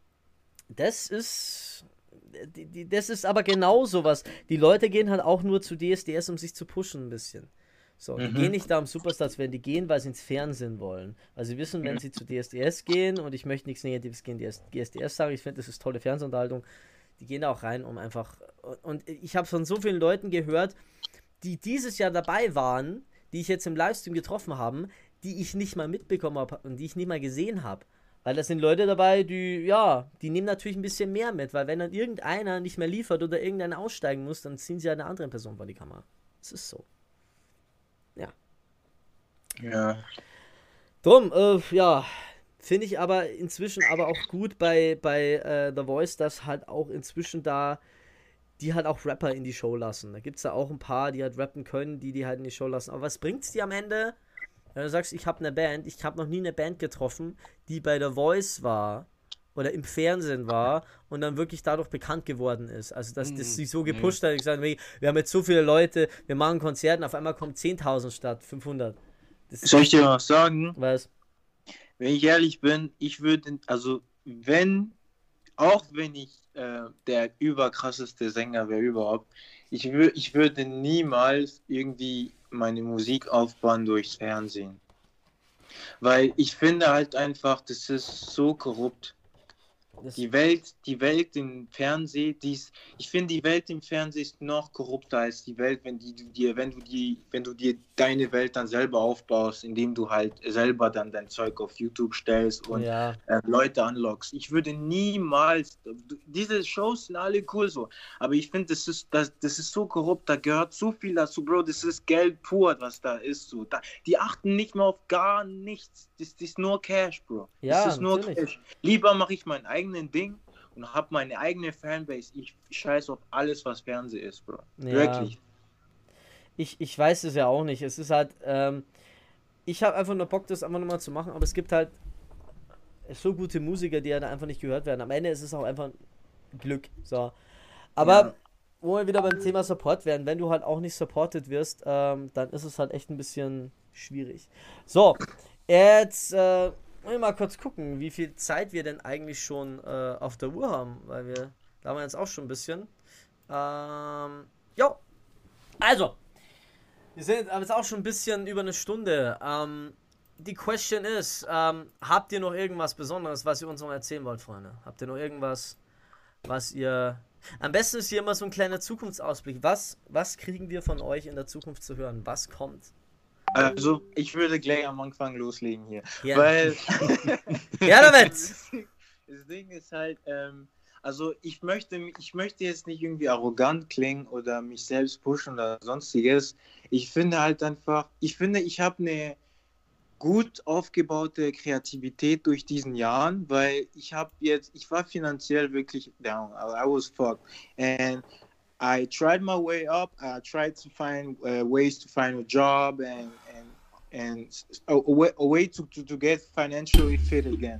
das ist. Die, die, das ist aber genau sowas. Die Leute gehen halt auch nur zu D S D S, um sich zu pushen ein bisschen. So, die Mhm. gehen nicht da, um Superstars werden, die gehen, weil sie ins Fernsehen wollen. Weil sie wissen, wenn sie zu D S D S gehen, und ich möchte nichts Negatives gegen D S D S sagen, ich finde, das ist tolle Fernsehunterhaltung, die gehen da auch rein, um einfach. Und ich habe von so vielen Leuten gehört, die dieses Jahr dabei waren, die ich jetzt im Livestream getroffen habe, die ich nicht mal mitbekommen habe und die ich nicht mal gesehen habe. Weil das sind Leute dabei, die, ja, die nehmen natürlich ein bisschen mehr mit, weil wenn dann irgendeiner nicht mehr liefert oder irgendeiner aussteigen muss, dann ziehen sie ja eine andere Person vor die Kamera. Das ist so. Ja. Drum, äh, ja, finde ich aber inzwischen aber auch gut bei, bei äh, The Voice, dass halt auch inzwischen da, die halt auch Rapper in die Show lassen. Da gibt es da auch ein paar, die halt rappen können, die die halt in die Show lassen. Aber was bringt's dir am Ende, wenn du sagst, ich habe eine Band, ich habe noch nie eine Band getroffen, die bei The Voice war oder im Fernsehen war und dann wirklich dadurch bekannt geworden ist. Also, dass das sich so gepusht hat. Ich sage, wir haben jetzt so viele Leute, wir machen Konzerte, auf einmal kommen zehntausend statt fünfhundert. Das Soll ich dir was sagen? Was? Wenn ich ehrlich bin, ich würde, also wenn, auch wenn ich äh, der überkrasseste Sänger wäre überhaupt, ich, wür, ich würde niemals irgendwie meine Musik aufbauen durchs Fernsehen. Weil ich finde halt einfach, das ist so korrupt. Das, Die Welt, die Welt im Fernsehen, die ist, ich finde, die Welt im Fernsehen ist noch korrupter als die Welt, wenn die du dir, wenn du die, wenn du dir deine Welt dann selber aufbaust, indem du halt selber dann dein Zeug auf YouTube stellst und ja, äh, Leute anlockst. Ich würde niemals, diese Shows sind alle cool so, aber ich finde, das ist, das, das ist so korrupt, da gehört so viel dazu, Bro, das ist Geld pur, was da ist so. Da, die achten nicht mehr auf gar nichts, das, das ist nur Cash, Bro. Ja, das ist nur natürlich. Cash. Lieber mache ich mein eigenes Ding und habe meine eigene Fanbase. Ich scheiße auf alles, was Fernsehen ist, Bro. Ja. Wirklich. Ich, ich weiß es ja auch nicht. Es ist halt, ähm, ich habe einfach nur Bock, das einfach nochmal zu machen, aber es gibt halt so gute Musiker, die halt einfach nicht gehört werden. Am Ende ist es auch einfach Glück. So. Aber Ja. wo wir wieder beim Thema Support werden, wenn du halt auch nicht supported wirst, ähm, dann ist es halt echt ein bisschen schwierig. So, jetzt äh, wollen wir mal kurz gucken, wie viel Zeit wir denn eigentlich schon äh, auf der Uhr haben, weil wir, da haben wir jetzt auch schon ein bisschen. Ähm, jo, also, wir sind aber jetzt auch schon ein bisschen über eine Stunde. Ähm, die Question ist, ähm, habt ihr noch irgendwas Besonderes, was ihr uns noch erzählen wollt, Freunde? Habt ihr noch irgendwas, was ihr... Am besten ist hier immer so ein kleiner Zukunftsausblick. Was, was kriegen wir von euch in der Zukunft zu hören? Was kommt? Also, ich würde gleich am Anfang loslegen hier. Ja. Weil. Ja, damit! Das Ding ist halt, ähm, also ich möchte, ich möchte jetzt nicht irgendwie arrogant klingen oder mich selbst pushen oder sonstiges. Ich finde halt einfach, ich finde, ich habe eine gut aufgebaute Kreativität durch diesen Jahren, weil ich habe jetzt, ich war finanziell wirklich down. I was fucked. And I tried my way up. I tried to find uh, ways to find a job and and and a, a way, a way to, to to get financially fit again.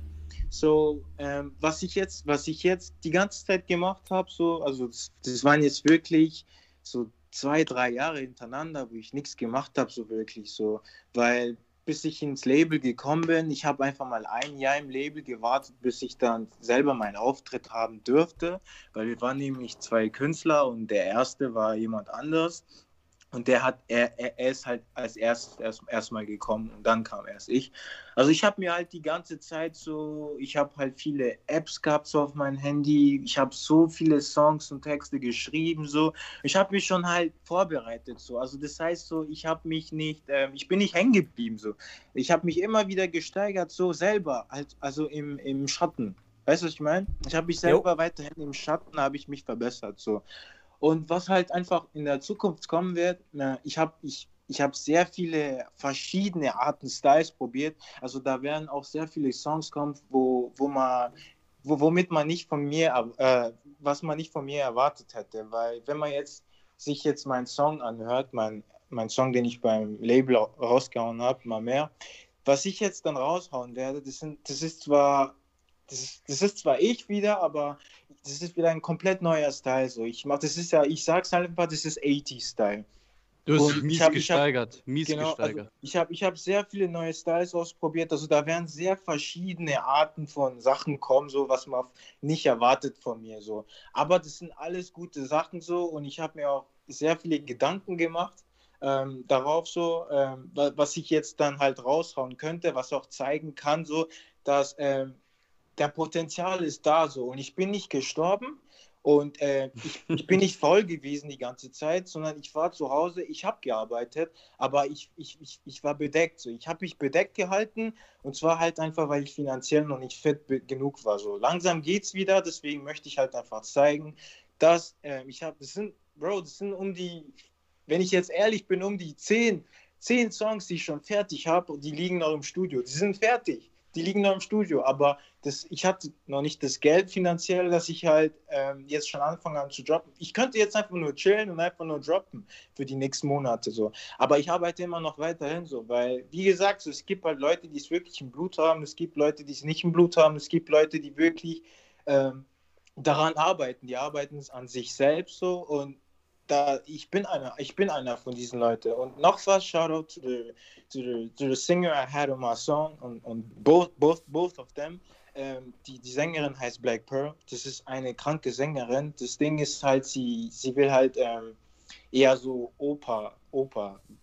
So, ähm, was ich jetzt, was ich jetzt die ganze Zeit gemacht habe, so, also das, das waren jetzt wirklich so zwei, drei Jahre hintereinander, wo ich nichts gemacht habe, so wirklich so, weil bis ich ins Label gekommen bin, ich habe einfach mal ein Jahr im Label gewartet, bis ich dann selber meinen Auftritt haben dürfte, weil wir waren nämlich zwei Künstler und der erste war jemand anders und der hat, er, er, er ist halt als erstes erst erstmal gekommen und dann kam erst ich. Also ich habe mir halt die ganze Zeit so, ich habe halt viele Apps gehabt so auf meinem Handy, ich habe so viele Songs und Texte geschrieben so, ich habe mich schon halt vorbereitet so, also das heißt so, ich habe mich nicht, äh, ich bin nicht hängen geblieben so, ich habe mich immer wieder gesteigert so selber, halt, also im, im Schatten, weißt du was ich meine? Ich habe mich selber jo. weiterhin im Schatten, habe ich mich verbessert so. Und was halt einfach in der Zukunft kommen wird, ich habe ich, ich hab sehr viele verschiedene Arten Styles probiert. Also da werden auch sehr viele Songs kommen, wo, wo man, wo, womit man nicht von mir, äh, was man nicht von mir erwartet hätte. Weil wenn man jetzt sich jetzt meinen Song anhört, mein, mein Song, den ich beim Label rausgehauen habe, mal mehr, was ich jetzt dann raushauen werde, das, sind, das ist zwar Das ist, das ist zwar ich wieder, aber das ist wieder ein komplett neuer Style. So. Ich mach, das ist ja, ich sag's halt einfach, das ist achtziger-Style. Du hast Und dich mies ich hab- ich hab- gesteigert. mies Genau, also gesteigert. ich habe ich hab sehr viele neue Styles ausprobiert. Also da werden sehr verschiedene Arten von Sachen kommen, so was man nicht erwartet von mir. So. Aber das sind alles gute Sachen so und ich habe mir auch sehr viele Gedanken gemacht. Ähm, darauf so, ähm, wa- was ich jetzt dann halt raushauen könnte, was auch zeigen kann, so, dass ähm, der Potenzial ist da so und ich bin nicht gestorben und äh, ich, ich bin nicht faul gewesen die ganze Zeit, sondern ich war zu Hause, ich habe gearbeitet, aber ich, ich, ich, ich war bedeckt so. Ich habe mich bedeckt gehalten und zwar halt einfach, weil ich finanziell noch nicht fit be- genug war. So langsam geht's wieder, deswegen möchte ich halt einfach zeigen, dass äh, ich habe, das sind, Bro, das sind um die, wenn ich jetzt ehrlich bin, um die zehn, zehn Songs, die ich schon fertig habe und die liegen noch im Studio. Die sind fertig. Die liegen noch im Studio, aber das, ich hatte noch nicht das Geld finanziell, dass ich halt ähm, jetzt schon anfange an zu droppen. Ich könnte jetzt einfach nur chillen und einfach nur droppen für die nächsten Monate so. Aber ich arbeite immer noch weiterhin so, weil, wie gesagt, so, es gibt halt Leute, die es wirklich im Blut haben, es gibt Leute, die es nicht im Blut haben, es gibt Leute, die wirklich ähm, daran arbeiten. Die arbeiten es an sich selbst so und da, ich bin einer, ich bin einer von diesen Leuten. Und noch was, shout out to the, to the, to the singer I had on my song und, und both, both, both of them. Ähm, die, die Sängerin heißt Black Pearl. Das ist eine kranke Sängerin. Das Ding ist halt, sie, sie will halt ähm, eher so Oper, Oper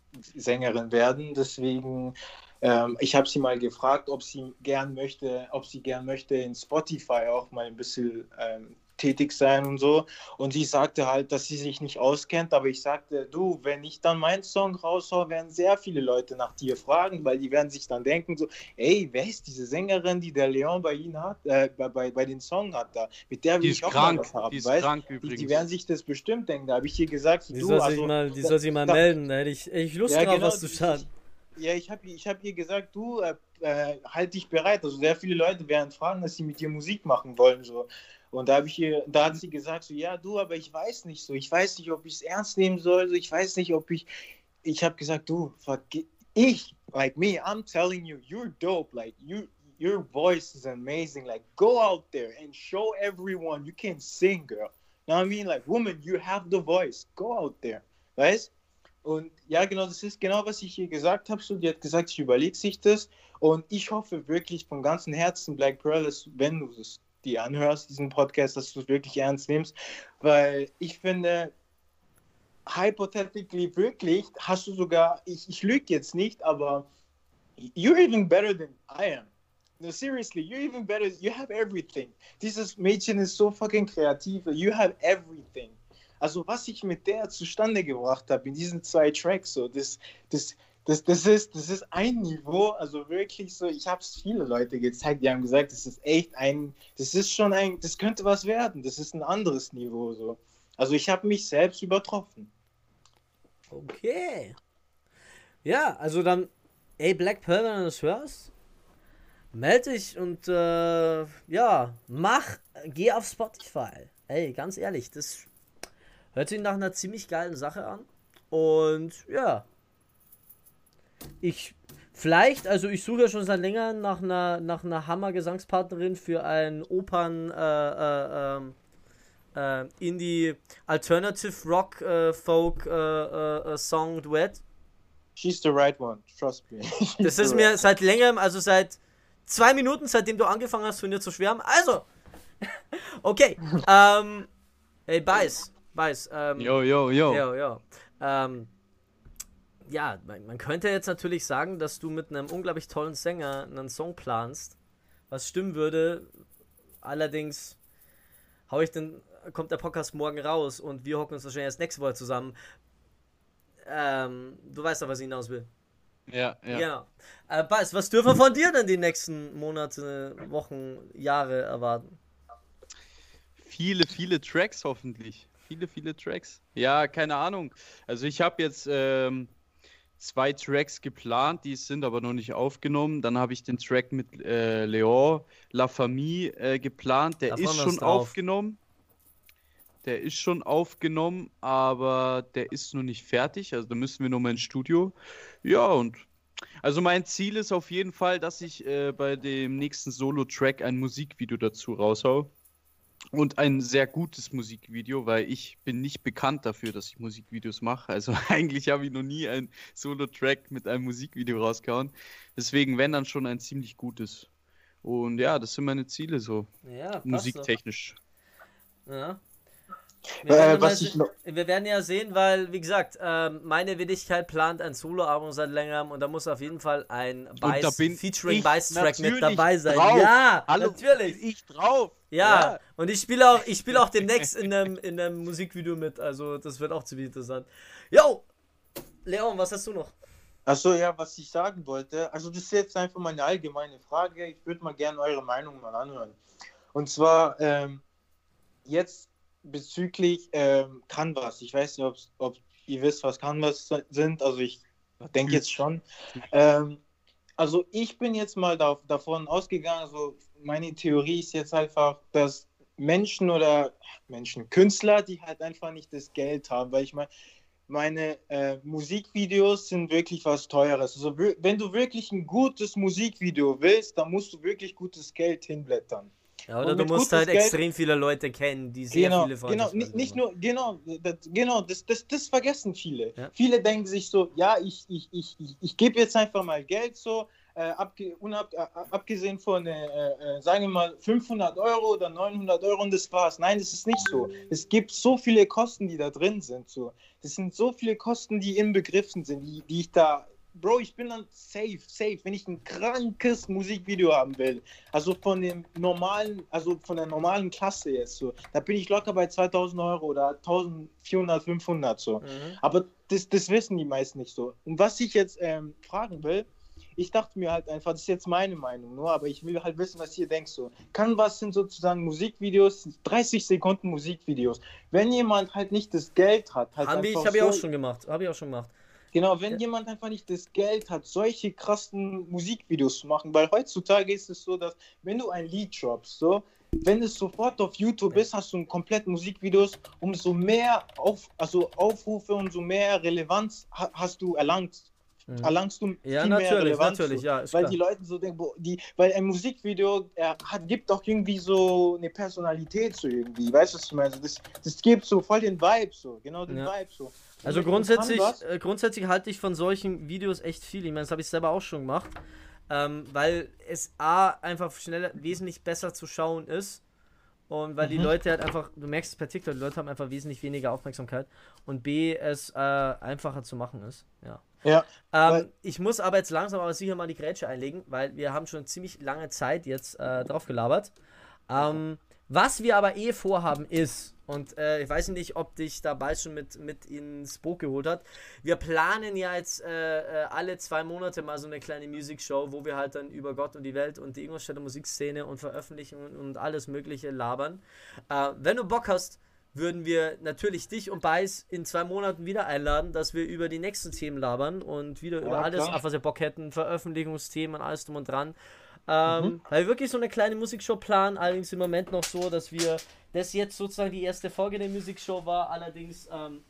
Sängerin werden. Deswegen, ähm, ich habe sie mal gefragt, ob sie gern möchte, ob sie gern möchte in Spotify auch mal ein bisschen ähm, tätig sein und so. Und sie sagte halt, dass sie sich nicht auskennt, aber ich sagte, du, wenn ich dann meinen Song raushau, werden sehr viele Leute nach dir fragen, weil die werden sich dann denken so, ey, wer ist diese Sängerin, die der Leon bei ihnen hat, äh, bei, bei, bei den Song hat da, mit der will Die ich ist auch krank, mal was haben, die ist weißt? krank Die, übrigens. die werden sich das bestimmt denken, da habe ich ihr gesagt, Die du, soll sich also, mal, die da- soll sich mal da- melden, da hätte ich echt Lust Ja, drauf, genau, was zu die- starten. ja, ich habe ich hab ihr gesagt, du, äh, äh, halt dich bereit. Also sehr viele Leute werden fragen, dass sie mit dir Musik machen wollen. So. Und da, hab ich ihr, da hat sie gesagt, so, ja, du, aber ich weiß nicht so. Ich weiß nicht, ob ich es ernst nehmen soll. So. Ich weiß nicht, ob ich... Ich habe gesagt, du, verge- ich, like me, I'm telling you, you're dope. Like, you, your voice is amazing. Like, go out there and show everyone you can sing, girl. You know what I mean? Like, woman, you have the voice. Go out there. Weißt? Und ja, genau, das ist genau, was ich ihr gesagt habe. So, die hat gesagt, ich überlege sich das. Und ich hoffe wirklich von ganzem Herzen, Black Pearl, dass, du, wenn du es dir anhörst, diesen Podcast, dass du es wirklich ernst nimmst. Weil ich finde, hypothetically wirklich, hast du sogar, ich, ich lüge jetzt nicht, aber you're even better than I am. No, seriously, you're even better. You have everything. Dieses Mädchen ist so fucking kreativ. You have everything. Also was ich mit der zustande gebracht habe in diesen zwei Tracks, so das, das, das, das, ist, das ist ein Niveau, also wirklich so, ich habe es viele Leute gezeigt, die haben gesagt, das ist echt ein, das ist schon ein, das könnte was werden, das ist ein anderes Niveau so. Also ich habe mich selbst übertroffen. Okay. Ja, also dann, ey, Black Pearl, wenn du das hörst, melde dich und, äh, ja, mach, geh auf Spotify. Ey, ganz ehrlich, das hört sich nach einer ziemlich geilen Sache an. Und ja. Ich. Vielleicht, also ich suche ja schon seit länger nach einer, nach einer Hammer-Gesangspartnerin für ein Opern, äh, äh, ähm, äh, Indie Alternative Rock äh, Folk äh, äh, Song Duett. She's the right one, trust me. Das ist mir seit längerem, also seit zwei Minuten, seitdem du angefangen hast, von dir zu schwärmen. Also, okay. ähm, hey, Beiß. Weiß. Ähm, Yo, yo, yo. Ja, ja. Ähm, ja, man, man könnte jetzt natürlich sagen, dass du mit einem unglaublich tollen Sänger einen Song planst, was stimmen würde. Allerdings hau ich den, kommt der Podcast morgen raus und wir hocken uns wahrscheinlich erst nächste Woche zusammen. Ähm, du weißt doch, was ich hinaus will. Ja, ja. Genau. Äh, Bas, was dürfen wir von dir denn die nächsten Monate, Wochen, Jahre erwarten? Viele, viele Tracks hoffentlich. Viele, viele Tracks. Ja, keine Ahnung. Also ich habe jetzt ähm, zwei Tracks geplant, die sind aber noch nicht aufgenommen. Dann habe ich den Track mit äh, Leon, La Famille äh, geplant. Der Da ist freuen wir schon uns drauf. aufgenommen. Der ist schon aufgenommen, aber der ist noch nicht fertig. Also da müssen wir nochmal ins Studio. Ja, und also mein Ziel ist auf jeden Fall, dass ich äh, bei dem nächsten Solo-Track ein Musikvideo dazu raushau. Und ein sehr gutes Musikvideo, weil ich bin nicht bekannt dafür, dass ich Musikvideos mache. Also eigentlich habe ich noch nie einen Solo-Track mit einem Musikvideo rausgehauen. Deswegen, wenn, dann schon ein ziemlich gutes. Und ja, das sind meine Ziele so, Ja, passt musiktechnisch. doch. Ja. Äh, Wir, werden was mal ich se- noch- wir werden ja sehen, weil, wie gesagt, ähm, meine Wenigkeit plant ein Solo-Album seit längerem und da muss auf jeden Fall ein da Bice, bin Featuring ich Bice-Track mit natürlich dabei sein. drauf. Ja, Hallo, natürlich. bin ich drauf. Ja, Ja. und ich spiele auch, ich spiele auch demnächst in einem, in einem Musikvideo mit, also das wird auch ziemlich interessant. Yo! Leon, was hast du noch? Achso, ja, was ich sagen wollte, also das ist jetzt einfach mal eine allgemeine Frage. Ich würde mal gerne eure Meinung mal anhören. Und zwar ähm, jetzt bezüglich ähm, Canvas. Ich weiß nicht, ob ihr wisst, was Canvas sind. Also ich denke jetzt schon. Ähm, also ich bin jetzt mal da, davon ausgegangen, also meine Theorie ist jetzt einfach, dass Menschen oder Menschen, Künstler, die halt einfach nicht das Geld haben, weil ich meine, meine äh, Musikvideos sind wirklich was Teures. Also wir- wenn du wirklich ein gutes Musikvideo willst, dann musst du wirklich gutes Geld hinblättern. Ja, oder Und du mit musst gutes halt Geld- extrem viele Leute kennen, die sehr Genau, viele genau, Freundschaften nicht, nicht nur, genau, das, genau, das, das, das vergessen viele. Ja. Viele denken sich so, ja, ich, ich, ich, ich, ich gebe jetzt einfach mal Geld so, äh, abge unab äh, abgesehen von, äh, äh, sagen wir mal, fünfhundert Euro oder neunhundert Euro und das war's. Nein, das ist nicht so. Es gibt so viele Kosten, die da drin sind. So. Das sind so viele Kosten, die inbegriffen sind, die, die ich da... Bro, ich bin dann safe, safe, wenn ich ein krankes Musikvideo haben will. Also von dem normalen, also von der normalen Klasse jetzt so. Da bin ich locker bei zweitausend Euro oder eintausendvierhundert, fünfhundert so. Mhm. Aber das, das wissen die meisten nicht so. Und was ich jetzt ähm, fragen will, ich dachte mir halt einfach, das ist jetzt meine Meinung nur, aber ich will halt wissen, was ihr denkt so. Canvas sind sozusagen Musikvideos, dreißig Sekunden Musikvideos. Wenn jemand halt nicht das Geld hat, halt Haben wir, ich einfach habe ich auch so- schon gemacht. Habe ich auch schon gemacht. Genau, wenn Ja. jemand einfach nicht das Geld hat, solche krassen Musikvideos zu machen, weil heutzutage ist es so, dass wenn du ein Lied droppst, so, wenn es sofort auf YouTube ist, hast du ein komplett Musikvideos, umso mehr auf, also Aufrufe, umso mehr Relevanz ha hast du erlangt. Mhm. Erlangst du Ja, viel mehr natürlich, Relevanz. natürlich, so. ja, ist Weil klar. die Leute so denken, boah, die, weil ein Musikvideo er hat, gibt auch irgendwie so eine Personalität so irgendwie, weißt du, was ich meine? Also das, das gibt so voll den Vibe so, genau den Ja. Vibe so. Also Und mit grundsätzlich, Canvas- äh, grundsätzlich halte ich von solchen Videos echt viel. Ich meine, das habe ich selber auch schon gemacht. Ähm, weil es A, einfach schneller, wesentlich besser zu schauen ist. Und weil die Mhm. Leute halt einfach, du merkst es per TikTok, die Leute haben einfach wesentlich weniger Aufmerksamkeit. Und B, es äh, einfacher zu machen ist. Ja. Ja, Ähm, Weil- ich muss aber jetzt langsam aber sicher mal die Grätsche einlegen, weil wir haben schon ziemlich lange Zeit jetzt äh, drauf gelabert. Ähm, was wir aber eh vorhaben ist, und äh, ich weiß nicht, ob dich dabei schon mit, mit ins Boot geholt hat, wir planen ja jetzt äh, äh, alle zwei Monate mal so eine kleine Musikshow, wo wir halt dann über Gott und die Welt und die Ingolstädter Musikszene und Veröffentlichungen und alles mögliche labern. Äh, wenn du Bock hast, würden wir natürlich dich und Beiß in zwei Monaten wieder einladen, dass wir über die nächsten Themen labern und wieder Ja, über alles, klar. auf was wir Bock hätten, Veröffentlichungsthemen, alles drum und dran. Ähm, Mhm. Weil wir wirklich so eine kleine Musikshow planen, allerdings im Moment noch so, dass wir das jetzt sozusagen die erste Folge der Musikshow war, allerdings ähm,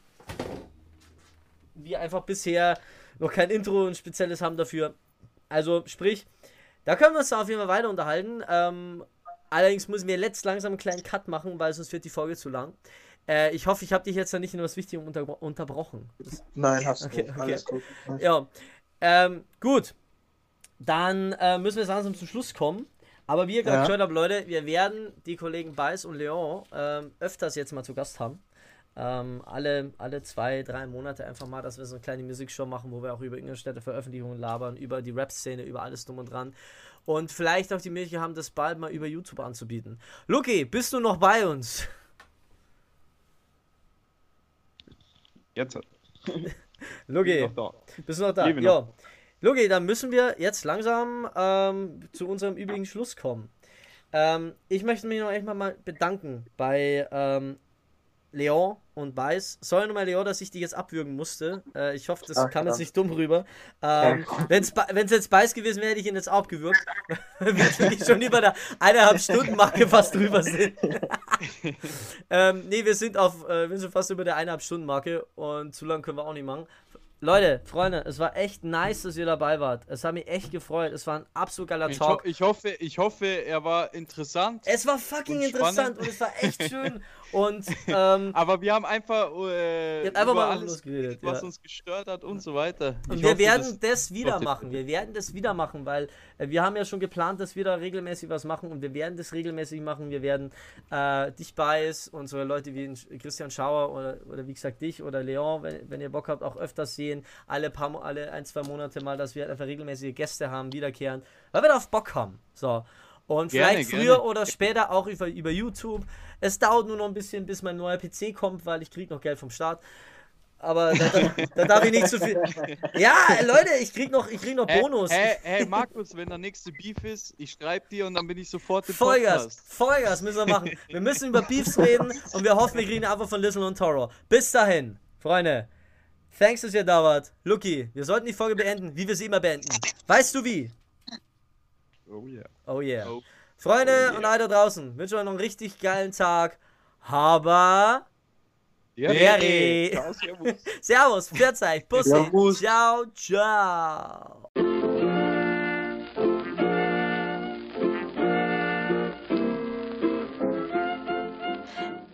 wir einfach bisher noch kein Intro und spezielles haben dafür. Also sprich, da können wir uns da auf jeden Fall weiter unterhalten. Ähm, allerdings müssen wir jetzt langsam einen kleinen Cut machen, weil sonst wird die Folge zu lang. Äh, ich hoffe, ich habe dich jetzt noch nicht in was Wichtigem unterbro unterbrochen. Das, Nein, hast Okay, du. okay. Alles gut. ja, ähm, gut. Dann äh, müssen wir jetzt langsam zum Schluss kommen. Aber wie ihr gerade Ja. gehört habt, Leute, wir werden die Kollegen Beiß und Leon ähm, öfters jetzt mal zu Gast haben. Ähm, alle, alle zwei, drei Monate einfach mal, dass wir so eine kleine Musikshow machen, wo wir auch über Ingolstädter Veröffentlichungen labern, über die Rap-Szene, über alles drum und dran. Und vielleicht auch die Möglichkeit haben, das bald mal über YouTube anzubieten. Luki, bist du noch bei uns? Jetzt hat Luki, noch da. bist du noch da? Lebe Ja. noch. Luki, dann müssen wir jetzt langsam ähm, zu unserem üblichen Schluss kommen. Ähm, ich möchte mich noch echt mal mal bedanken bei ähm, Leon und Beiß. Sorry nochmal, Leon, dass ich dich jetzt abwürgen musste. Äh, ich hoffe, das Ach, kam jetzt klar. nicht dumm rüber. Ähm, Wenn es jetzt Beiß gewesen wäre, hätte ich ihn jetzt auch abgewürgt. Wir wirklich schon über der eineinhalb Stunden Marke fast drüber sind. ähm, nee, wir sind auf, äh, wir sind fast über der eineinhalb Stunden Marke und zu lang können wir auch nicht machen. Leute, Freunde, es war echt nice, dass ihr dabei wart. Es hat mich echt gefreut. Es war ein absolut geiler Ich, ho Talk. ich, hoffe, ich hoffe, er war interessant. Es war fucking Und interessant spannend. und es war echt schön. Und ähm, Aber wir haben einfach, äh, Ihr habt einfach über mal alles losgeredet, was ja. uns gestört hat und so weiter. Und Ich wir hoffe, werden dass- das wieder Gott, machen. Wir werden das wieder machen, weil äh, wir haben ja schon geplant, dass wir da regelmäßig was machen und wir werden das regelmäßig machen. Wir werden äh, dich Beiß und so Leute wie Christian Schauer oder, oder wie gesagt dich oder Leon, wenn, wenn ihr Bock habt, auch öfters sehen. Alle paar Mo- alle ein, zwei Monate mal, dass wir halt einfach regelmäßige Gäste haben, wiederkehren, weil wir darauf Bock haben. So. Und Gerne, vielleicht gerne. früher oder später auch über, über YouTube. Es dauert nur noch ein bisschen, bis mein neuer P C kommt, weil ich krieg noch Geld vom Staat. Aber da, da, da darf ich nicht zu viel. Ja, Leute, ich krieg noch, ich krieg noch Hey, Bonus. hey, hey, Markus, wenn der nächste Beef ist, ich schreibe dir und dann bin ich sofort im Vollgas, Podcast. Vollgas müssen wir machen. Wir müssen über Beefs reden und wir hoffen, wir kriegen eine Antwort von Lizzle und Toro. Bis dahin, Freunde. Thanks, dass ihr da wart. Luki, wir sollten die Folge beenden, wie wir sie immer beenden. Weißt du wie? Oh yeah. Oh yeah. Oh. Freunde Oh yeah. und alle da draußen, wünsche euch noch einen richtig geilen Tag. Aber Ja, Jerry. Ciao, servus. Servus, Pfiat Bussi. Servus. Ciao, ciao.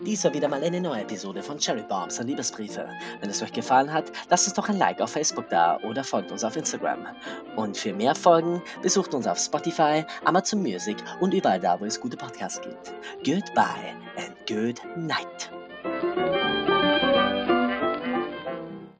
Dies war wieder mal eine neue Episode von Cherry Bombs und Liebesbriefe. Wenn es euch gefallen hat, lasst uns doch ein Like auf Facebook da oder folgt uns auf Instagram. Und für mehr Folgen besucht uns auf Spotify, Amazon Music und überall da, wo es gute Podcasts gibt. Goodbye and good night.